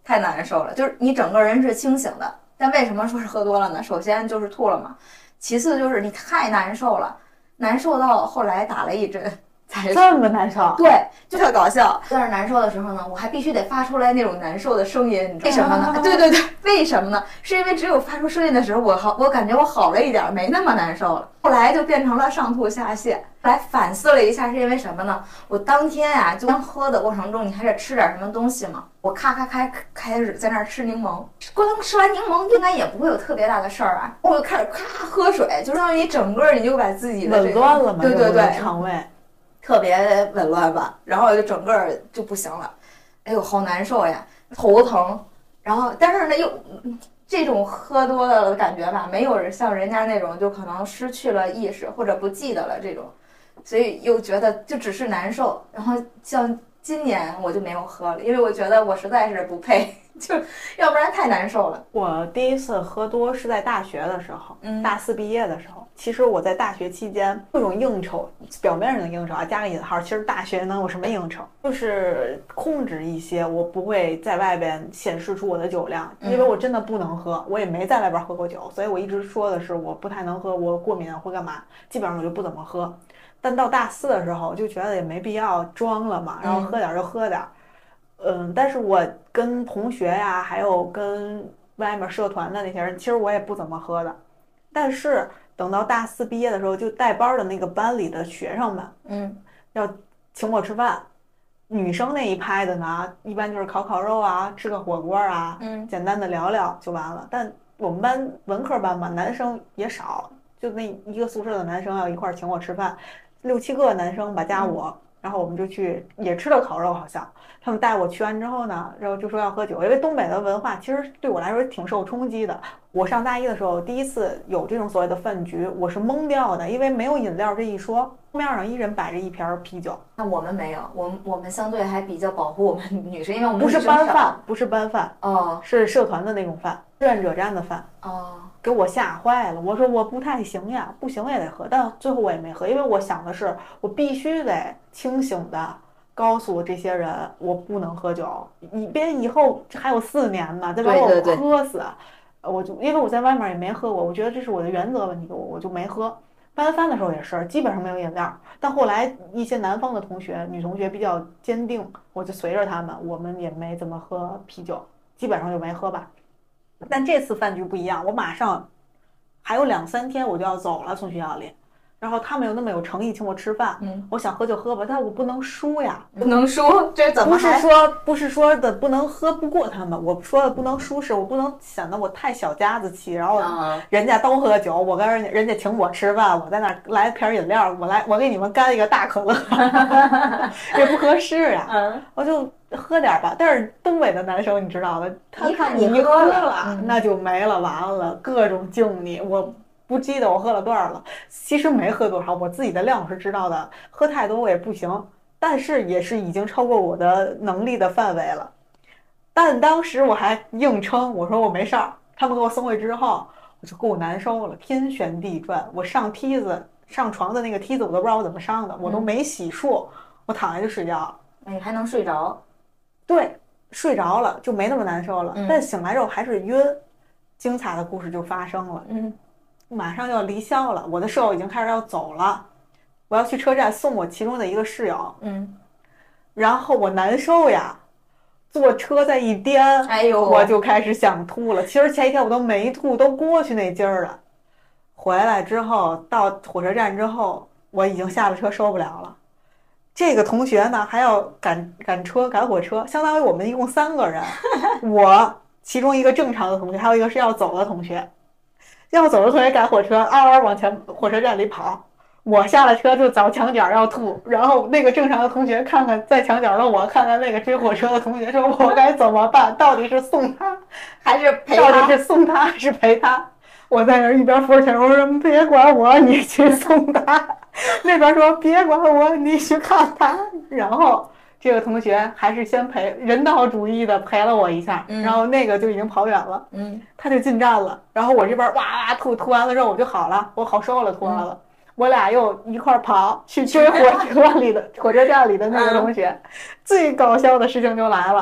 太难受了，就是你整个人是清醒的，但为什么说是喝多了呢？首先就是吐了嘛，其次就是你太难受了，难受到后来打了一针才这么难受。 对，就特搞笑。在那难受的时候呢，我还必须得发出来那种难受的声音，你知道为什么呢？对对对，为什么呢？是因为只有发出声音的时候，我感觉我好了一点，没那么难受了。后来就变成了上吐下泻。后来反思了一下，是因为什么呢？我当天呀，就刚喝的过程中，你还得吃点什么东西嘛。我开始在那儿吃柠檬，刚吃完柠檬应该也不会有特别大的事儿啊。我就开始咔喝水，就让你整个你就把自己的紊乱了嘛， 对对对， 肠胃特别紊乱吧，然后就整个就不行了。哎呦，好难受呀，头疼。然后但是呢又。这种喝多了的感觉吧，没有人像人家那种就可能失去了意识或者不记得了这种，所以又觉得就只是难受。然后像今年我就没有喝了，因为我觉得我实在是不配，就要不然太难受了。 我第一次喝多是在大学的时候，大4毕业的时候。其实我在大学期间各种应酬，表面上的应酬啊，加个引号，其实大学能有什么应酬？就是控制一些，我不会在外边显示出我的酒量，因为我真的不能喝，我也没在外边喝过酒，所以我一直说的是我不太能喝，我过敏会干嘛，基本上我就不怎么喝。但到大4的时候就觉得也没必要装了嘛，然后喝点就喝点。但是我跟同学呀，还有跟外面社团的那些人，其实我也不怎么喝的。但是等到大4毕业的时候，就带班的那个班里的学生们，要请我吃饭。女生那一派的呢，一般就是烤肉啊，吃个火锅啊，简单的聊聊就完了。但我们班文科班嘛，男生也少，就那一个宿舍的男生要一块请我吃饭，6、7个男生吧加我。然后我们就去也吃了烤肉，好像他们带我去完之后呢，然后就说要喝酒，因为东北的文化其实对我来说挺受冲击的。我上大一的时候第一次有这种所谓的饭局，我是懵掉的，因为没有饮料这一说，面上一人摆着一瓶啤酒。 那我们没有，我们相对还比较保护我们女生，因为我们不是班饭，不是班饭哦， 是社团的那种饭，志愿者站的饭哦。 给我吓坏了，我说我不太行呀，不行也得喝，但最后我也没喝，因为我想的是我必须得清醒的告诉这些人我不能喝酒，别以后还有4年呢，再把我喝死。我就因为我在外面也没喝过，我觉得这是我的原则问题，我就没喝。班饭的时候也是基本上没有饮料，但后来一些南方的同学女同学比较坚定，我就随着他们，我们也没怎么喝啤酒，基本上就没喝吧。但这次饭局不一样，我马上还有2、3天我就要走了，从学校里，然后他们又那么有诚意请我吃饭，我想喝就喝吧，但我不能输呀， 不能输，这怎么不是说的不能喝不过他们，我说的不能输是我不能显得我太小家子气，然后人家都喝酒，我跟人家请我吃饭，我在那来瓶饮料，我给你们干一个大可乐，这不合适呀，我就喝点吧。但是东北的男生你知道的，他看你喝了，那就没了，完了各种敬你，我不记得我喝了多少了，其实没喝多少，我自己的量我是知道的，喝太多我也不行，但是也是已经超过我的能力的范围了。但当时我还硬撑，我说我没事儿。他们给我送回之后，我就够难受了，天旋地转。我上床的那个梯子，我都不知道我怎么上的，我都没洗漱，我躺下就睡觉了。 你还能睡着？ 对，睡着了就没那么难受了，但醒来之后还是晕。精彩的故事就发生了。马上要离校了，我的舍友已经开始要走了，我要去车站送我其中的一个室友。然后我难受呀，坐车再一颠， 哎呦， 我就开始想吐了。其实前一天我都没吐，都过去那劲儿了。回来之后，到火车站之后，我已经下了车，受不了了。这个同学呢，还要赶火车，相当于我们一共3个人，我其中一个正常的同学，还有一个是要走的同学。要走的同学赶火车，嗷嗷往前火车站里跑。我下了车就找墙角要吐，然后那个正常的同学看看在墙角的我，看看那个追火车的同学，说我该怎么办？到底是送他还是陪他？ 到底是送他还是陪他？我在那儿一边扶着前，我说别管我，你去送他。那边说别管我，你去看他。然后这个同学还是先人道主义的陪了我一下，然后那个就已经跑远了，他就进站了，然后我这边哇哇吐完了之后我就好了，我好受了，吐完了，我俩又一块跑去追火车站里的那个同学。最搞笑的事情就来了，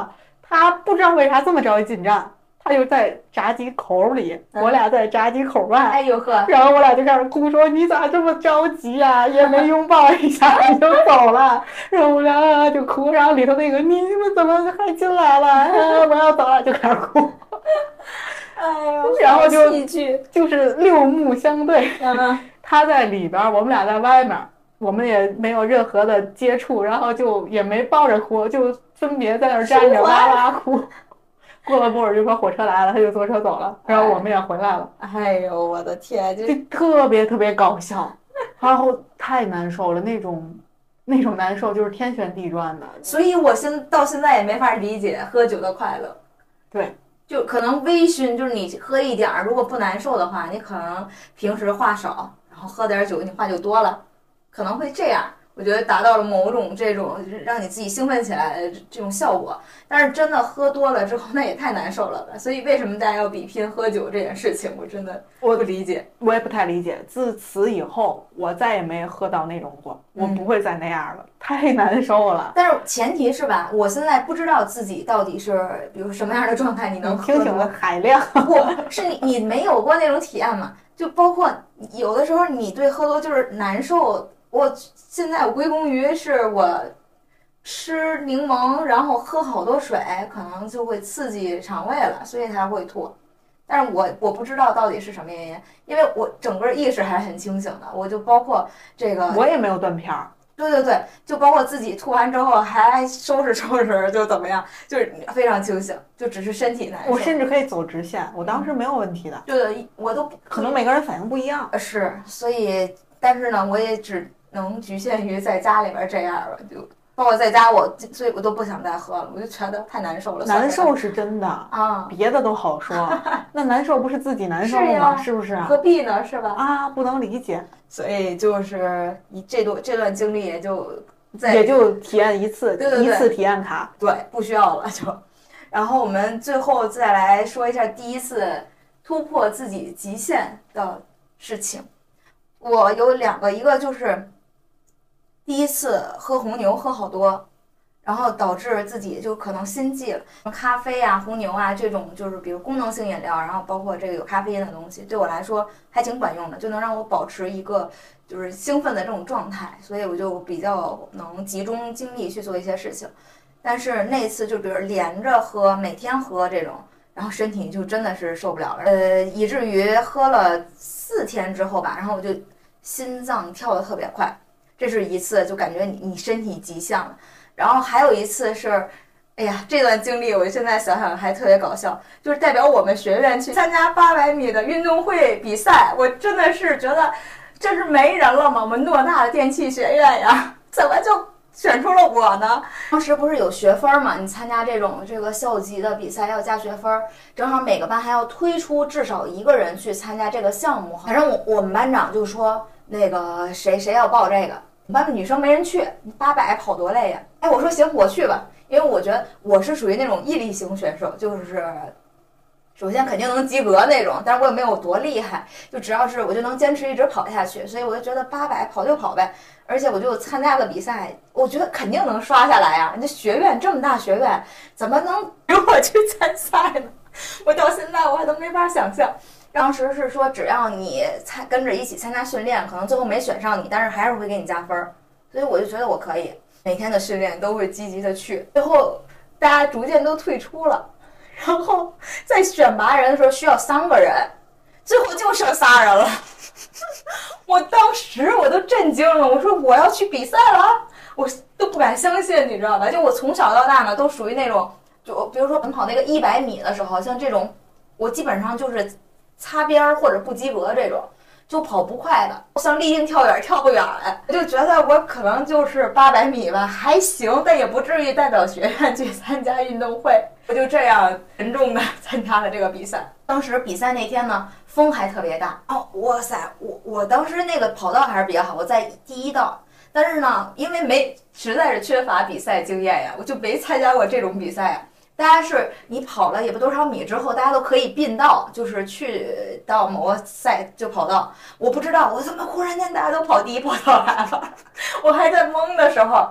他不知道为啥这么着急进站，他就在闸机口里，我俩在闸机口外。 哎呦呵！ 然后我俩就开始哭说：“你咋这么着急呀？也没拥抱一下你就走了。”然后我俩就哭，然后里头那个你们怎么还进来了？我要走了，就开始哭。 哎呀， 然后就是六目相对。他在里边，我们俩在外面。我们也没有任何的接触，然后就也没抱着哭，就分别在那儿站着哇哇哭。过了不会儿就说火车来了，他就坐车走了，然后我们也回来了。 哎呦我的天， 就特别特别搞笑，然后太难受了，那种难受就是天旋地转的。 所以我到现在也没法理解喝酒的快乐。 对， 就可能微醺，就是你喝一点，如果不难受的话，你可能平时话少，然后喝点酒，你话就多了。可能会这样，我觉得达到了某种这种让你自己兴奋起来的这种效果。但是真的喝多了之后，那也太难受了吧？所以为什么大家要比拼喝酒这件事情，我真的不理解。 我也不太理解。自此以后，我再也没喝到那种过，我不会再那样了，太难受了。 但是前提是吧，我现在不知道自己到底是比如什么样的状态，你能喝清醒的海量。 不是你没有过那种体验吗？就包括有的时候你对喝多就是难受。现在我归功于是我吃柠檬，然后喝好多水，可能就会刺激肠胃了，所以才会吐。但是我不知道到底是什么原因，因为我整个意识还是很清醒的，我就包括这个我也没有断片儿。 对，就包括自己吐完之后还收拾就怎么样，就是非常清醒，就只是身体难受。 我甚至可以走直线，我当时没有问题的。 对，我都可能每个人反应不一样。 是，所以但是呢，我也只能局限于在家里边这样了，就包括在家所以我都不想再喝了，我就觉得太难受了。 难受是真的啊， 别的都好说，那难受不是自己难受吗？是不是？ 何必呢？是吧？ 啊，不能理解。 所以就是这段经历也就体验一次， 对一次体验卡， 对，不需要了就。然后我们最后再来说一下第一次突破自己极限的事情。我有两个，一个就是第一次喝红牛喝好多，然后导致自己就可能心悸了。咖啡啊、红牛啊这种就是比如功能性饮料，然后包括这个有咖啡因的东西，对我来说还挺管用的，就能让我保持一个就是兴奋的这种状态，所以我就比较能集中精力去做一些事情。但是那次就比如连着喝，每天喝这种，然后身体就真的是受不了了，以至于喝了4天之后吧，然后我就心脏跳得特别快，这是一次就感觉你身体极限了。然后还有一次是，哎呀，这段经历我现在想想还特别搞笑，就是代表我们学院去参加800米的运动会比赛，我真的是觉得这是没人了吗？我们偌大的电气学院呀，怎么就选出了我呢？当时不是有学分嘛，你参加这个校级的比赛要加学分，正好每个班还要推出至少1个人去参加这个项目。反正我们班长就说那个谁要报这个，我们班的女生没人去，800跑多累呀。哎，我说行，我去吧，因为我觉得我是属于那种毅力型选手，就是首先肯定能及格那种，但是我也没有多厉害，就只要是我就能坚持一直跑下去，所以我就觉得800跑就跑呗。而且我就参加个比赛，我觉得肯定能刷下来呀！你这学院这么大学院，怎么能让我去参赛呢？我到现在我还都没法想象。当时是说，只要你跟着一起参加训练，可能最后没选上你，但是还是会给你加分。所以我就觉得我可以，每天的训练都会积极的去。最后大家逐渐都退出了，然后在选拔人的时候需要3个人，最后就剩3人了。我当时我都震惊了，我说我要去比赛了，我都不敢相信，你知道吧？就我从小到大呢，都属于那种，就比如说跑那个100米的时候，像这种，我基本上就是擦边或者不及格这种，就跑不快的。像立定跳远跳不远来，我就觉得我可能就是800米吧，还行，但也不至于代表学院去参加运动会。我就这样沉重的参加了这个比赛。当时比赛那天呢，风还特别大哦，哇塞！我当时那个跑道还是比较好，我在第1道，但是呢，因为实在是缺乏比赛经验呀，我就没参加过这种比赛呀。大家是你跑了也不多少米之后，大家都可以并道，就是去到某个赛就跑道。我不知道我怎么忽然间大家都跑第1跑道来了，我还在懵的时候，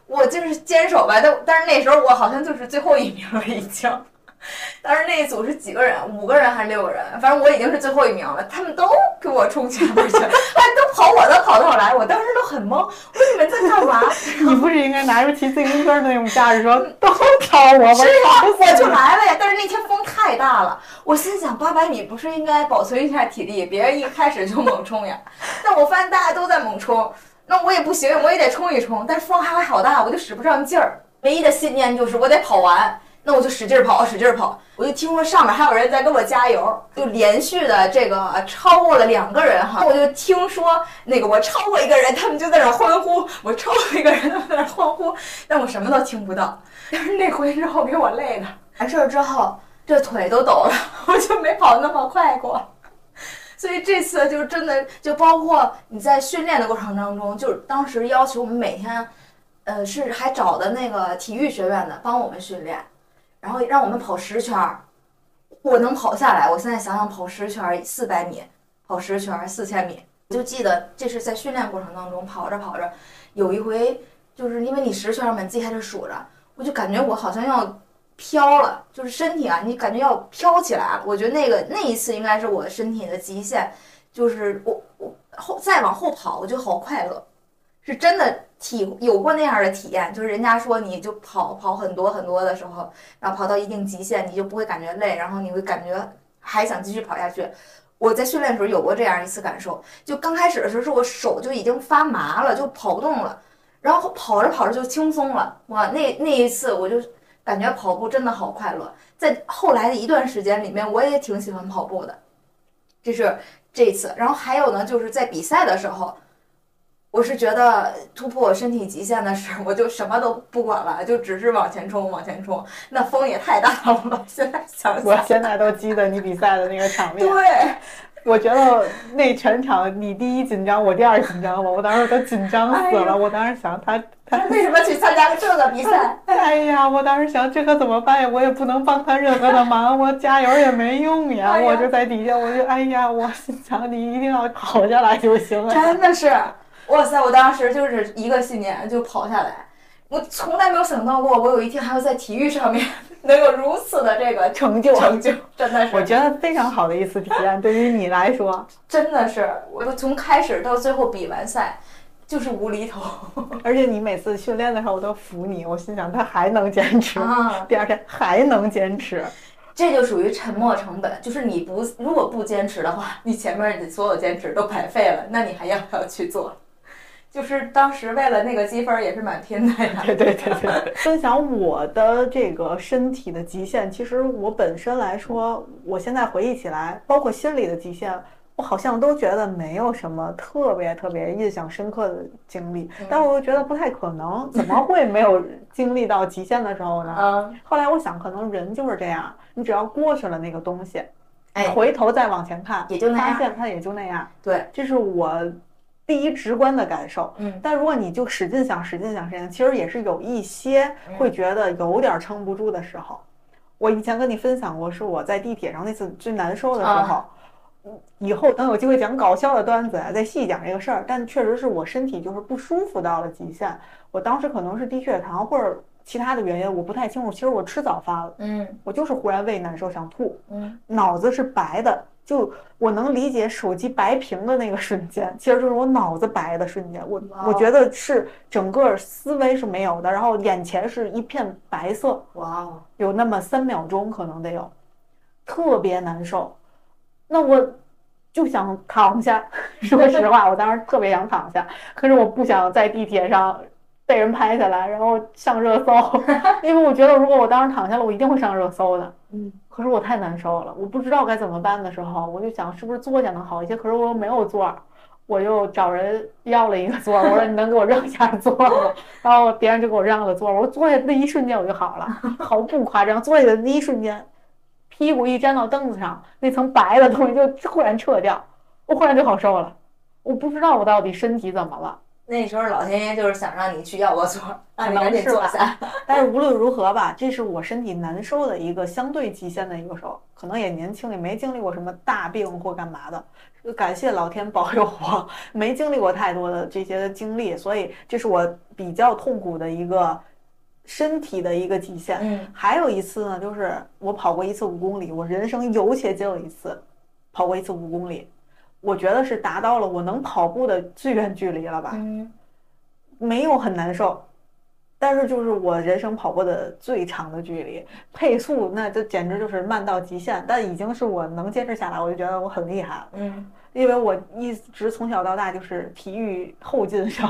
我就是坚守吧，但是那时候我好像就是最后一名了已经。当时那一组是几个人，5个人还是6个人，反正我已经是最后一名了，他们都给我冲前面去，还都跑我的跑道来，我当时都很懵，我说你们在干嘛？ 你不是应该拿着骑自行车的那种架势说都超我吗？ 是呀，我就来了呀，但是那天风太大了，我心想800米不是应该保存一下体力，别一开始就猛冲呀？但我发现大家都在猛冲，那我也不行，我也得冲一冲，但是风还好大，我就使不上劲儿。唯一的信念就是我得跑完。那我就使劲跑，使劲跑，我就听说上面还有人在给我加油，就连续的这个超过了2个人哈，我就听说那个我超过1个人，他们就在那欢呼，我超过1个人，他们在那欢呼，但我什么都听不到。但是那回之后给我累的，完事儿之后这腿都抖了，我就没跑那么快过。所以这次就真的就包括你在训练的过程当中，就是当时要求我们每天，是还找的那个体育学院的帮我们训练。然后让我们跑10圈，我能跑下来。我现在想想，跑10圈400米，跑10圈4000米，就记得这是在训练过程当中跑着跑着，有一回就是因为你10圈嘛，你自己还得数着，我就感觉我好像要飘了，就是身体啊，你感觉要飘起来了。我觉得那一次应该是我身体的极限，就是我再往后跑，我就好快乐，是真的有过那样的体验，就是人家说你就跑很多很多的时候，然后跑到一定极限，你就不会感觉累，然后你会感觉还想继续跑下去。我在训练的时候有过这样一次感受，就刚开始的时候是我手就已经发麻了，就跑不动了，然后跑着跑着就轻松了。哇，那一次我就感觉跑步真的好快乐。在后来的一段时间里面，我也挺喜欢跑步的，这是这一次。然后还有呢，就是在比赛的时候。我是觉得突破我身体极限的时候，我就什么都不管了，就只是往前冲，往前冲。那风也太大了，现在想想， 我现在都记得你比赛的那个场面。 对， 我觉得那全场你第1紧张，我第2紧张，我当时都紧张死了。我当时想他为什么去参加这个比赛？ 哎呀，我当时想这可怎么办呀？我也不能帮他任何的忙，我加油也没用呀。我就在底下，我就哎呀，我心想你一定要跑下来就行了。 真的是。哇塞！我当时就是一个信念，就跑下来。我从来没有想到过，我有一天还要在体育上面能有如此的这个成就，真的是。 我觉得非常好的一次体验，对于你来说， 真的是。我从开始到最后比完赛，就是无厘头。 而且你每次训练的时候，我都服你，我心想他还能坚持，第2天还能坚持。 这就属于沉没成本，就是如果不坚持的话，你前面的所有坚持都白费了，那你还要不要去做？就是当时为了那个积分也是蛮拼的呀。 对。分享我的这个身体的极限，其实我本身来说，我现在回忆起来，包括心理的极限，我好像都觉得没有什么特别印象深刻的经历，但我又觉得不太可能，怎么会没有经历到极限的时候呢？后来我想，可能人就是这样，你只要过去了那个东西，回头再往前看， 也就那样， 发现它也就那样。 对， 这是我第一直观的感受。但如果你就使劲想，其实也是有一些会觉得有点撑不住的时候。我以前跟你分享过，是我在地铁上那次最难受的时候。以后等有机会讲搞笑的段子再细讲这个事儿，但确实是我身体就是不舒服到了极限。我当时可能是低血糖或者其他的原因，我不太清楚。其实我吃早饭了，我就是忽然胃难受想吐，脑子是白的，就我能理解手机白屏的那个瞬间，其实就是我脑子白的瞬间。我觉得是整个思维是没有的，然后眼前是一片白色，有那么3秒钟可能得有，特别难受。那我就想躺下，说实话，我当时特别想躺下，可是我不想在地铁上被人拍下来，然后上热搜，因为我觉得如果我当时躺下了，我一定会上热搜的。可是我太难受了，我不知道该怎么办的时候，我就想是不是坐下能好一些，可是我又没有座，我就找人要了一个座，我说你能给我让一下座吗？然后别人就给我让了座，我说坐下那一瞬间我就好了，毫不夸张，坐下的那一瞬间。屁股一粘到凳子上，那层白的东西就突然撤掉，我忽然就好受了。我不知道我到底身体怎么了。 那时候老天爷就是想让你去要个座，让你赶紧坐下。 但是无论如何吧，这是我身体难受的一个相对极限的一个时候。 可能也年轻，也没经历过什么大病或干嘛的。感谢老天保佑我没经历过太多的这些经历，所以这是我比较痛苦的一个身体的一个极限。还有一次呢，就是我跑过一次5公里，我人生有且仅有一次跑过一次5公里，我觉得是达到了我能跑步的最远距离了吧。没有很难受，但是就是我人生跑过的最长的距离，配速那就简直就是慢到极限，但已经是我能坚持下来，我就觉得我很厉害了。因为我一直从小到大就是体育后进生。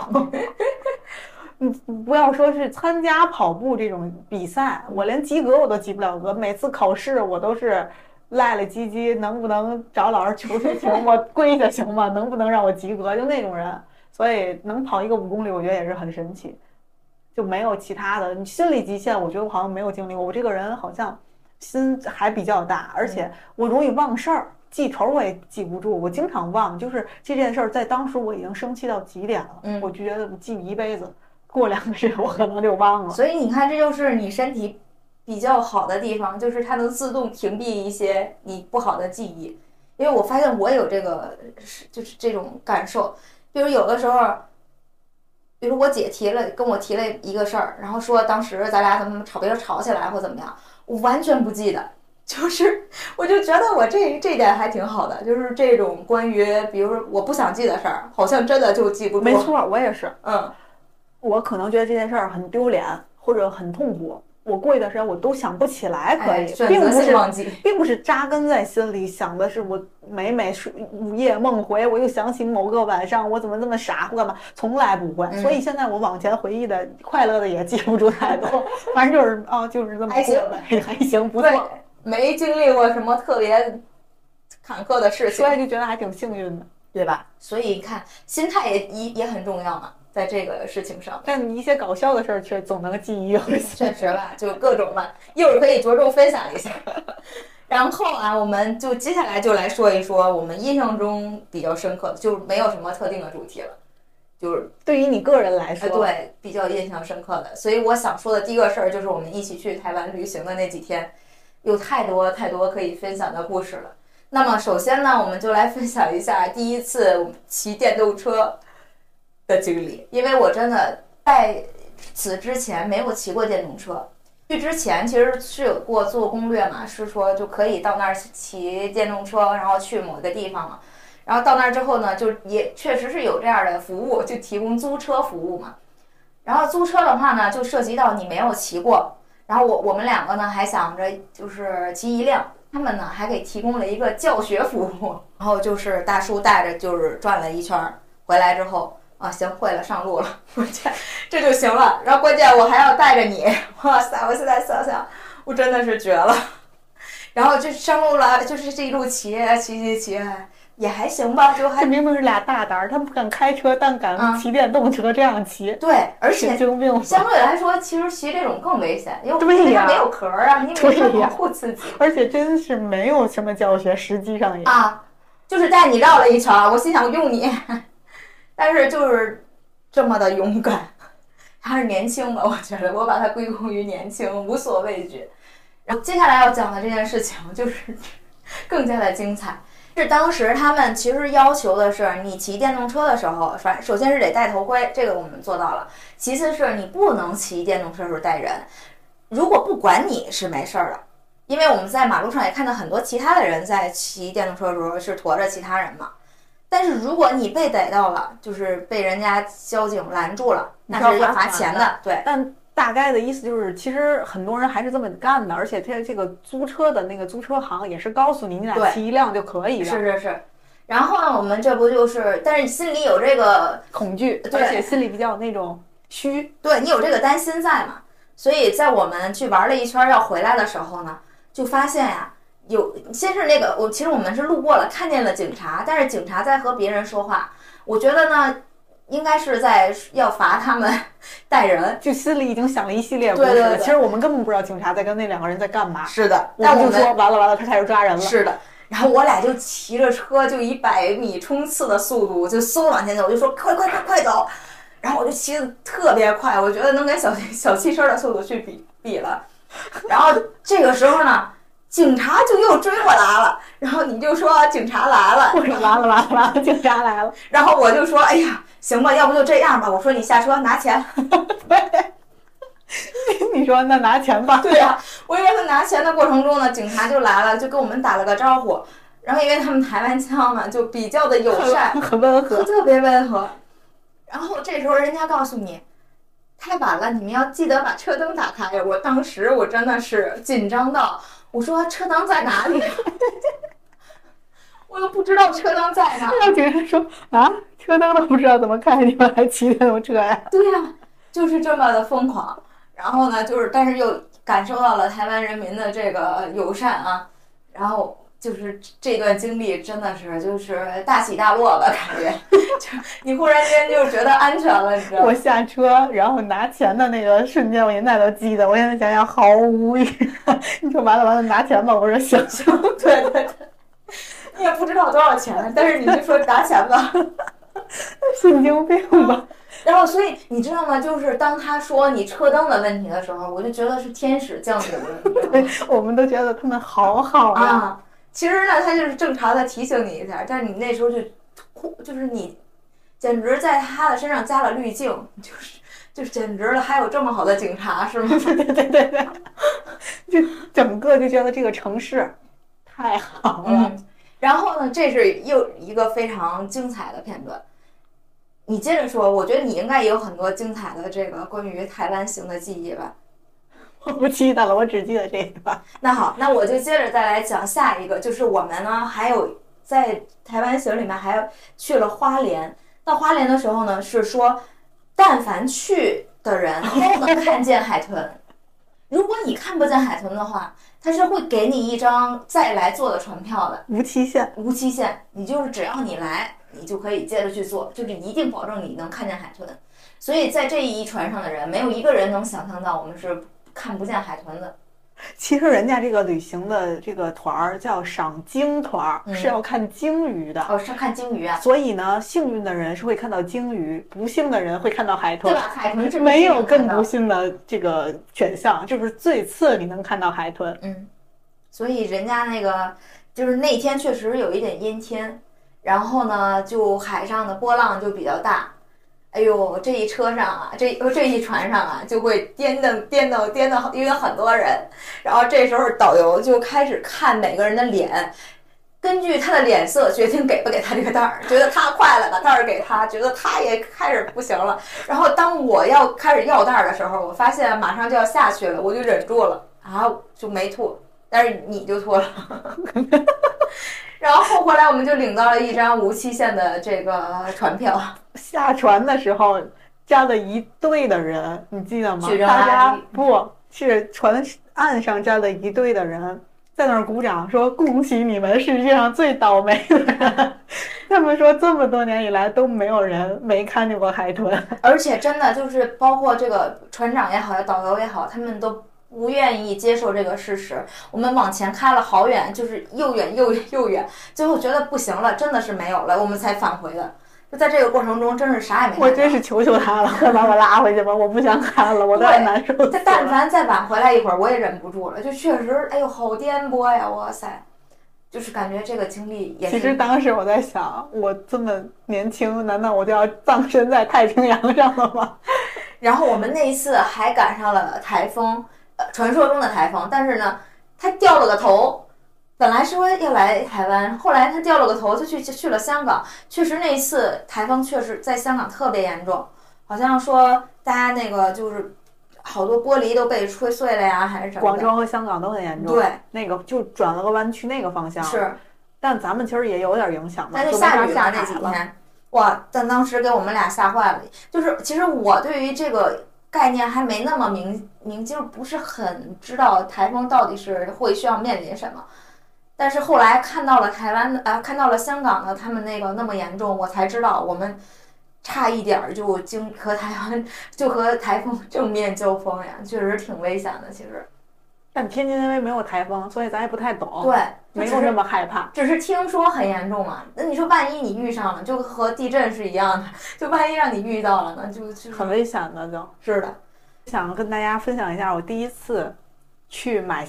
不要说是参加跑步这种比赛，我连及格我都及不了格，每次考试我都是赖了唧唧，能不能找老师求求情，我跪下行吗？能不能让我及格？就那种人，所以能跑一个5公里，我觉得也是很神奇。就没有其他的，你心理极限，我觉得我好像没有经历过。我这个人好像心还比较大，而且我容易忘事儿。记仇我也记不住，我经常忘，就是这件事儿在当时我已经生气到极点了，我就觉得我记一辈子，过2个月我可能就忘了。 所以你看，这就是你身体比较好的地方，就是它能自动屏蔽一些你不好的记忆。因为我发现我有这个，就是这种感受。比如有的时候，比如我姐跟我提了一个事儿，然后说当时咱俩怎么吵，别说吵起来或怎么样，我完全不记得。就是我就觉得我这点还挺好的，就是这种关于比如说我不想记的事儿，好像真的就记不住。 没错，我也是。我可能觉得这件事儿很丢脸或者很痛苦，我过一段时间我都想不起来，可以，并不是扎根在心里，想的是我每午夜梦回，我又想起某个晚上我怎么这么傻或干嘛，从来不会。所以现在我往前回忆的快乐的也记不住太多，反正就是就是这么过呗，还行，不错。 没经历过什么特别坎坷的事情， 所以就觉得还挺幸运的， 对吧？所以你看，心态也很重要嘛，在这个事情上。 但你一些搞笑的事儿却总能记忆犹新。 确实吧，就各种嘛，一会儿可以着重分享一下。然后啊，我们就接下来就来说一说我们印象中比较深刻的，就没有什么特定的主题了，就是对于你个人来说， 对，比较印象深刻的。所以我想说的第一个事儿就是我们一起去台湾旅行的那几天。有太多可以分享的故事了。那么首先呢，我们就来分享一下第一次骑电动车的经历。因为我真的在此之前没有骑过电动车，去之前其实是有过做攻略嘛，是说就可以到那儿骑电动车，然后去某个地方嘛。然后到那儿之后呢，就也确实是有这样的服务，就提供租车服务嘛。然后租车的话呢，就涉及到你没有骑过。然后我们2个呢还想着就是骑一辆，他们呢还给提供了一个教学服务，然后就是大叔带着就是转了一圈，回来之后啊行会了上路了，这就行了。然后关键我还要带着你，哇塞！我现在想想，我真的是绝了。然后就上路了，就是这一路骑，也还行吧，就还明明是俩大胆儿，他们不敢开车，但敢骑电动车这样骑。 对，而且神经病相对来说，其实骑这种更危险，因为它没有壳啊，你没法保护自己。 而且真是没有什么教学，实际上也就是带你绕了一圈，我心想用你，但是就是这么的勇敢，还是年轻吧？我觉得我把它归功于年轻，无所畏惧。然后接下来要讲的这件事情就是更加的精彩。是当时他们其实要求的是，你骑电动车的时候，首先是得戴头盔，这个我们做到了。其次是你不能骑电动车的时候带人，如果不管你是没事儿的，因为我们在马路上也看到很多其他的人在骑电动车的时候是驮着其他人嘛。但是如果你被逮到了，就是被人家交警拦住了，那是要罚钱的。对， 但大概的意思就是，其实很多人还是这么干的，而且这个租车的那个租车行也是告诉你，你俩骑一辆就可以了。 是。然后呢，我们这不就是，但是你心里有这个恐惧，而且心里比较那种虚， 对你有这个担心在嘛。所以在我们去玩了一圈要回来的时候呢，就发现呀，先是那个其实我们是路过了，看见了警察，但是警察在和别人说话，我觉得呢。应该是在要罚他们带人， 就心里已经想了一系列故事了。其实我们根本不知道警察在跟那2个人在干嘛。 是的， 但我们就说完了，他开始抓人了。 是的，然后我俩就骑着车，就100米冲刺的速度，就嗖往前走，我就说快走。然后我就骑得特别快，我觉得能跟小汽车的速度去比了。然后这个时候呢， 警察就又追过来了，然后你就说警察来了， 我说完了，警察来了， 然后我就说哎呀，行吧，要不就这样吧，我说你下车拿钱。 对，你说那拿钱吧。 对呀，我以为他拿钱的过程中呢，警察就来了，就跟我们打了个招呼，然后因为他们台湾腔嘛，就比较的友善， 很温和， 特别温和。然后这时候人家告诉你太晚了，你们要记得把车灯打开。我当时我真的是紧张到，我说车灯在哪里？我都不知道车灯在哪。 然后警察说啊，车灯都不知道怎么开，你们还骑电动车呀？ 对呀，就是这么的疯狂。然后呢，但是又感受到了台湾人民的这个友善啊，然后就是这段经历真的是就是大起大落吧，感觉就你忽然间就觉得安全了，你知道吗？ 我下车然后拿钱的那个瞬间，我现在都记得，我现在想想好无语。你说完了拿钱吧，我说行， 对，你也不知道多少钱，但是你就说拿钱吧， 神经病吧。 然后，所以你知道吗？就是当他说你车灯的问题的时候，我就觉得是天使降临了。 对，我们都觉得他们好好啊。其实呢，他就是正常的提醒你一下，但是你那时候就是你，简直在他的身上加了滤镜，就是简直了，还有这么好的警察是吗？ 对，就整个就觉得这个城市太好了。 然后呢，这是又一个非常精彩的片段。你接着说，我觉得你应该也有很多精彩的这个关于台湾行的记忆吧？ 我不记得了，我只记得这个。 那好，那我就接着再来讲下一个，就是我们呢还有在台湾行里面还去了花莲。到花莲的时候呢，是说但凡去的人都能看见海豚。如果你看不见海豚的话，他是会给你一张再来坐的船票的， 无期限。 你就是只要你来，你就可以接着去坐，就是一定保证你能看见海豚。所以在这一船上的人，没有一个人能想象到我们是看不见海豚的。 其实人家这个旅行的这个团儿叫赏鲸团，是要看鲸鱼的。 哦，是看鲸鱼啊。 所以呢，幸运的人是会看到鲸鱼，不幸的人会看到海豚。 对吧？海豚是没有更不幸的这个选项，就是最次你能看到海豚。 所以人家那个就是那天确实有一点阴天，然后呢，就海上的波浪就比较大。哎呦，这一车上啊，这一船上啊，就会颠的，因为很多人。然后这时候导游就开始看每个人的脸，根据他的脸色决定给不给他这个袋儿。觉得他快了，把袋儿给他；觉得他也开始不行了。然后当我要开始要袋儿的时候，我发现马上就要下去了，我就忍住了啊，就没吐。但是你就吐了。然后后来我们就领到了一张无期限的这个船票。 下船的时候站了一队的人，你记得吗？ 大家不是船岸上站了一队的人，在那儿鼓掌说恭喜你们，世界上最倒霉的人。他们说这么多年以来都没有人没看见过海豚， 而且真的就是包括这个船长也好，导游也好，他们都不愿意接受这个事实。我们往前开了好远，就是又远又远，最后觉得不行了，真的是没有了，我们才返回的。就在这个过程中，真是啥也没看到。 我真是求求他了，快把我拉回去吧，我不想看了，我太难受了。 他但凡再晚回来一会儿，我也忍不住了，就确实，哎呦，好颠簸呀！哇塞，就是感觉这个经历也是。 其实当时我在想，我这么年轻，难道我就要葬身在太平洋上了吗？ 然后我们那一次还赶上了台风，传说中的台风，但是呢，他掉了个头。本来说要来台湾，后来他掉了个头，他去了香港。确实那一次台风确实在香港特别严重，好像说大家那个就是好多玻璃都被吹碎了呀，还是什么的。 广州和香港都很严重。 对， 那个就转了个弯去那个方向。 是， 但咱们其实也有点影响嘛。 但是下雨了那几天，哇！但当时给我们俩吓坏了。就是其实我对于这个概念还没那么明，就是不是很知道台风到底是会需要面临什么。但是后来看到了台湾看到了香港的他们那个那么严重，我才知道我们差一点就和台湾就和台风正面交锋呀，确实挺危险的。其实， 但天津因为没有台风，所以咱也不太懂， 对， 没有那么害怕， 只是听说很严重嘛。那你说万一你遇上了，就和地震是一样的，就万一让你遇到了呢，就很危险的。 是的。 想跟大家分享一下我第一次去买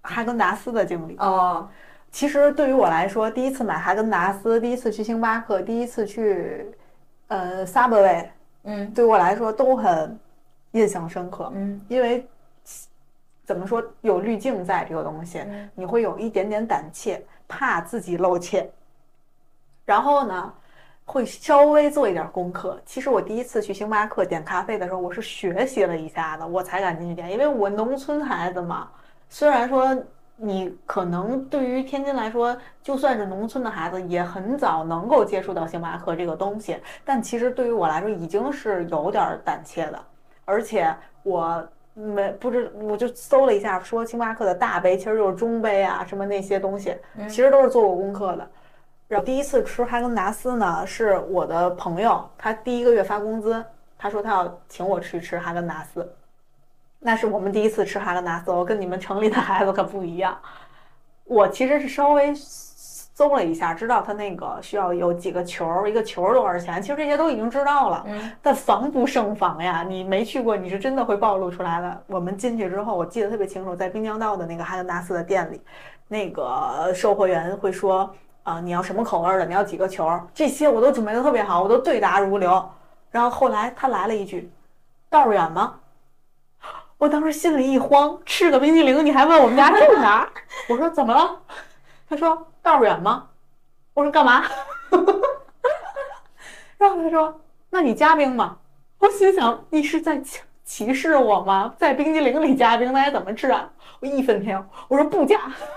哈根达斯的经历。 哦， 其实对于我来说，第一次买哈根达斯，第一次去星巴克，第一次去Subway， 对我来说都很印象深刻。因为怎么说，有滤镜在这个东西，你会有一点点胆怯，怕自己露怯。然后呢，会稍微做一点功课。其实我第一次去星巴克点咖啡的时候，我是学习了一下的，我才敢进去点，因为我农村孩子嘛。虽然说你可能对于天津来说，就算是农村的孩子，也很早能够接触到星巴克这个东西，但其实对于我来说，已经是有点胆怯的。而且我我就搜了一下，说星巴克的大杯其实就是中杯啊，什么那些东西，其实都是做过功课的。然后第一次吃哈根达斯呢，是我的朋友，他第一个月发工资，他说他要请我去吃哈根达斯。那是我们第一次吃哈根达斯，我跟你们城里的孩子可不一样。我其实是稍微搜了一下，知道他那个需要有几个球，一个球多少钱，其实这些都已经知道了。但防不胜防呀，你没去过，你是真的会暴露出来的。我们进去之后，我记得特别清楚，在滨江道的那个哈根达斯的店里，那个售货员会说。你要什么口味的？你要几个球？这些我都准备的特别好，我都对答如流。然后后来他来了一句：“道儿远吗？”我当时心里一慌，吃个冰淇淋你还问我们家住哪儿？我说怎么了？他说道儿远吗？我说干嘛？然后他说那你加冰吗？我心想你是在歧视我吗？在冰激凌里加冰那还怎么吃啊？我一分没有，我说不加。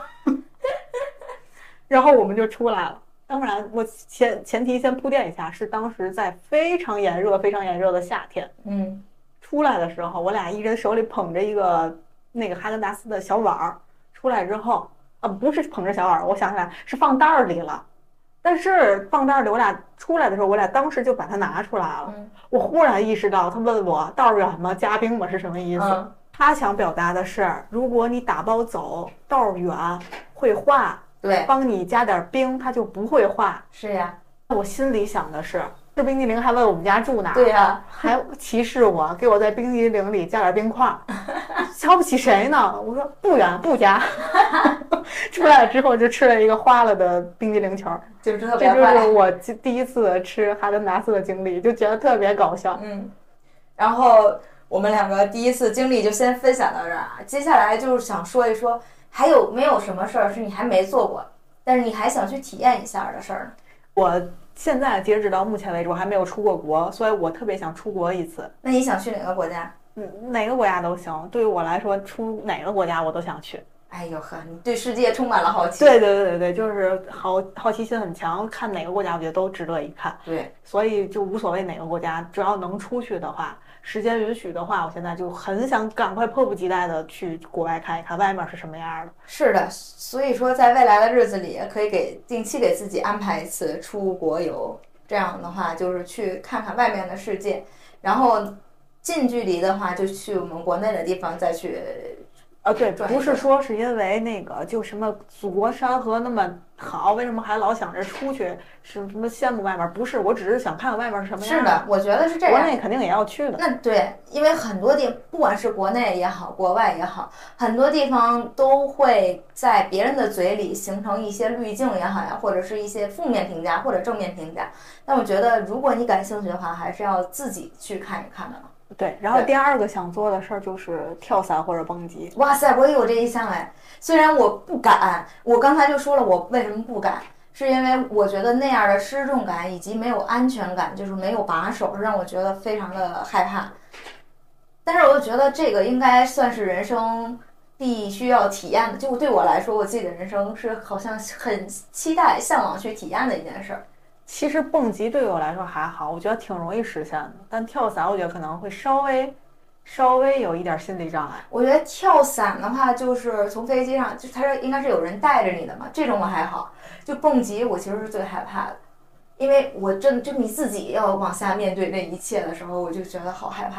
然后我们就出来了。当然，我前提先铺垫一下，是当时在非常炎热的夏天。出来的时候，我俩一人手里捧着一个那个哈根达斯的小碗儿。出来之后，不是捧着小碗儿，我想起来是放袋儿里了。但是放袋儿里，我俩出来的时候，我俩当时就把它拿出来了。我忽然意识到，他问我道儿远吗？加冰吗？是什么意思？他想表达的是，如果你打包走，道儿远会化。 对， 帮你加点冰，它就不会化。 是呀， 我心里想的是，吃冰激凌还问我们家住哪？ 对呀， 还歧视我，给我在冰激凌里加点冰块，瞧不起谁呢？我说不远不加。出来之后就吃了一个花了的冰激凌球， 这就是我第一次吃哈根达斯的经历，就觉得特别搞笑。 然后我们两个第一次经历就先分享到这儿啊，接下来就是想说一说。还有没有什么事儿是你还没做过，但是你还想去体验一下的事儿呢？ 我现在截止到目前为止，我还没有出过国，所以我特别想出国一次。 那你想去哪个国家？ 哪个国家都行。对于我来说，出哪个国家我都想去。 哎呦呵，你对世界充满了好奇。 对，就是好奇心很强，看哪个国家我觉得都值得一看。 对， 所以就无所谓哪个国家，只要能出去的话。时间允许的话，我现在就很想赶快迫不及待的去国外看一看外面是什么样的。 是的，所以说在未来的日子里，可以定期给自己安排一次出国游，这样的话就是去看看外面的世界，然后近距离的话就去我们国内的地方再去。 对，不是说是因为那个就什么祖国山河那么好，为什么还老想着出去，是什么羡慕外面？不是，我只是想看看外面是什么样的。 是的，我觉得是这样。 国内肯定也要去的。 那对，因为很多不管是国内也好，国外也好，很多地方都会在别人的嘴里形成一些滤镜也好呀，或者是一些负面评价或者正面评价。但我觉得，如果你感兴趣的话，还是要自己去看一看的嘛。 对，然后第二个想做的事儿就是跳伞或者蹦极。 哇塞，我也有这一项哎，虽然我不敢，我刚才就说了我为什么不敢，是因为我觉得那样的失重感以及没有安全感，就是没有把手，让我觉得非常的害怕。但是我又觉得这个应该算是人生必须要体验的，就对我来说，我自己的人生是好像很期待、向往去体验的一件事儿。 其实蹦极对我来说还好，我觉得挺容易实现的。但跳伞我觉得可能会稍微有一点心理障碍。 我觉得跳伞的话，就是从飞机上，就他说应该是有人带着你的嘛，这种我还好。就蹦极，我其实是最害怕的，因为我就你自己要往下面对那一切的时候，我就觉得好害怕。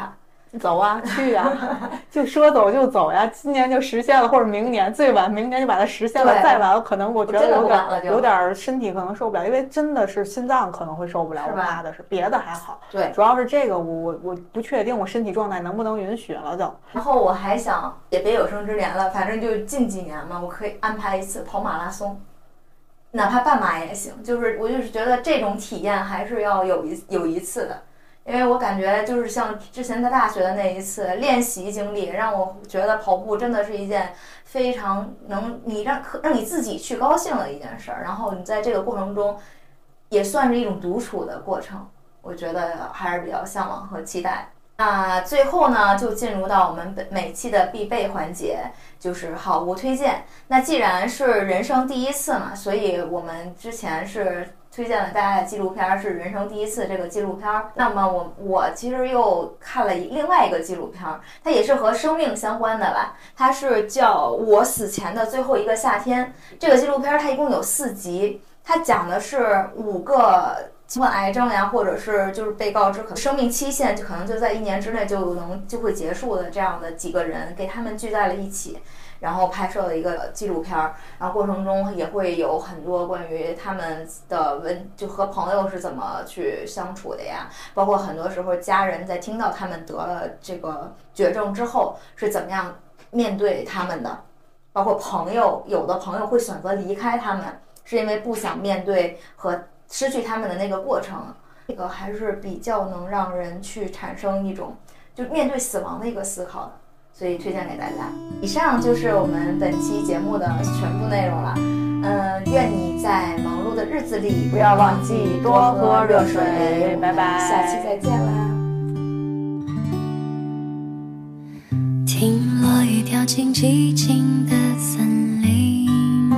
走啊，去啊，就说走就走呀！今年就实现了，或者明年最晚明年就把它实现了，再晚可能我觉得有点身体可能受不了，因为真的是心脏可能会受不了。我怕的是别的还好， 对， 主要是这个我不确定我身体状态能不能允许了就。 然后我还想也别有生之年了，反正就近几年嘛，我可以安排一次跑马拉松。哪怕半马也行，我就是觉得这种体验还是要有一次的，因为我感觉就是像之前在大学的那一次练习经历，让我觉得跑步真的是一件非常让你自己去高兴的一件事儿，然后你在这个过程中也算是一种独处的过程，我觉得还是比较向往和期待。那最后呢，就进入到我们每期的必备环节，就是好物推荐。那既然是人生第一次嘛，所以我们之前是推荐了大家的纪录片是人生第一次这个纪录片。那么我其实又看了另外一个纪录片，它也是和生命相关的吧，它是叫我死前的最后一个夏天。这个纪录片它一共有4集，它讲的是5个罹患癌症呀，或者是就是被告知可能生命期限可能就在1年之内就会结束的这样的几个人，给他们聚在了一起，然后拍摄了一个纪录片。然后过程中也会有很多关于他们的就和朋友是怎么去相处的呀，包括很多时候家人在听到他们得了这个绝症之后是怎么样面对他们的，包括有的朋友会选择离开他们，是因为不想面对和失去他们的那个过程，这个还是比较能让人去产生一种就面对死亡的一个思考的，所以推荐给大家。以上就是我们本期节目的全部内容了。愿你在忙碌的日子里不要忘记多喝热水。拜拜， 下期再见啦。 听落雨掉进寂静的森林，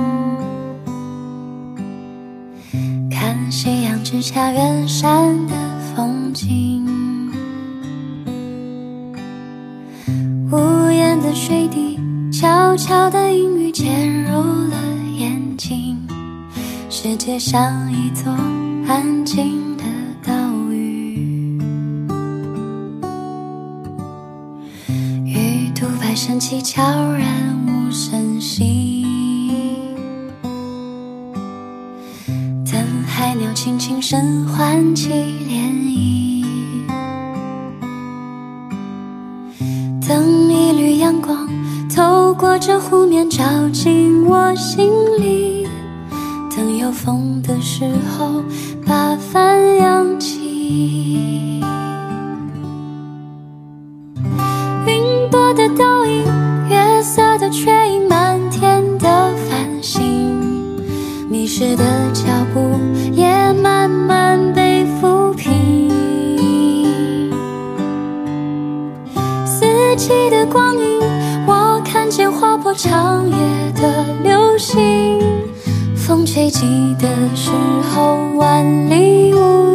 看夕阳之下远山的风景，无言的水滴悄悄的阴雨潜入了眼睛，世界像一座安静的岛屿，鱼肚白升起悄然无声息，等海鸟轻轻声唤起涟漪，等一缕阳光透过这湖面照进我心里，等有风的时候把帆扬起，云朵的倒影，月色的缺影，漫天的繁星，迷失的脚步也慢慢被抚平，四季的光阴，我看见划破长夜的流星，风吹起的时候万里无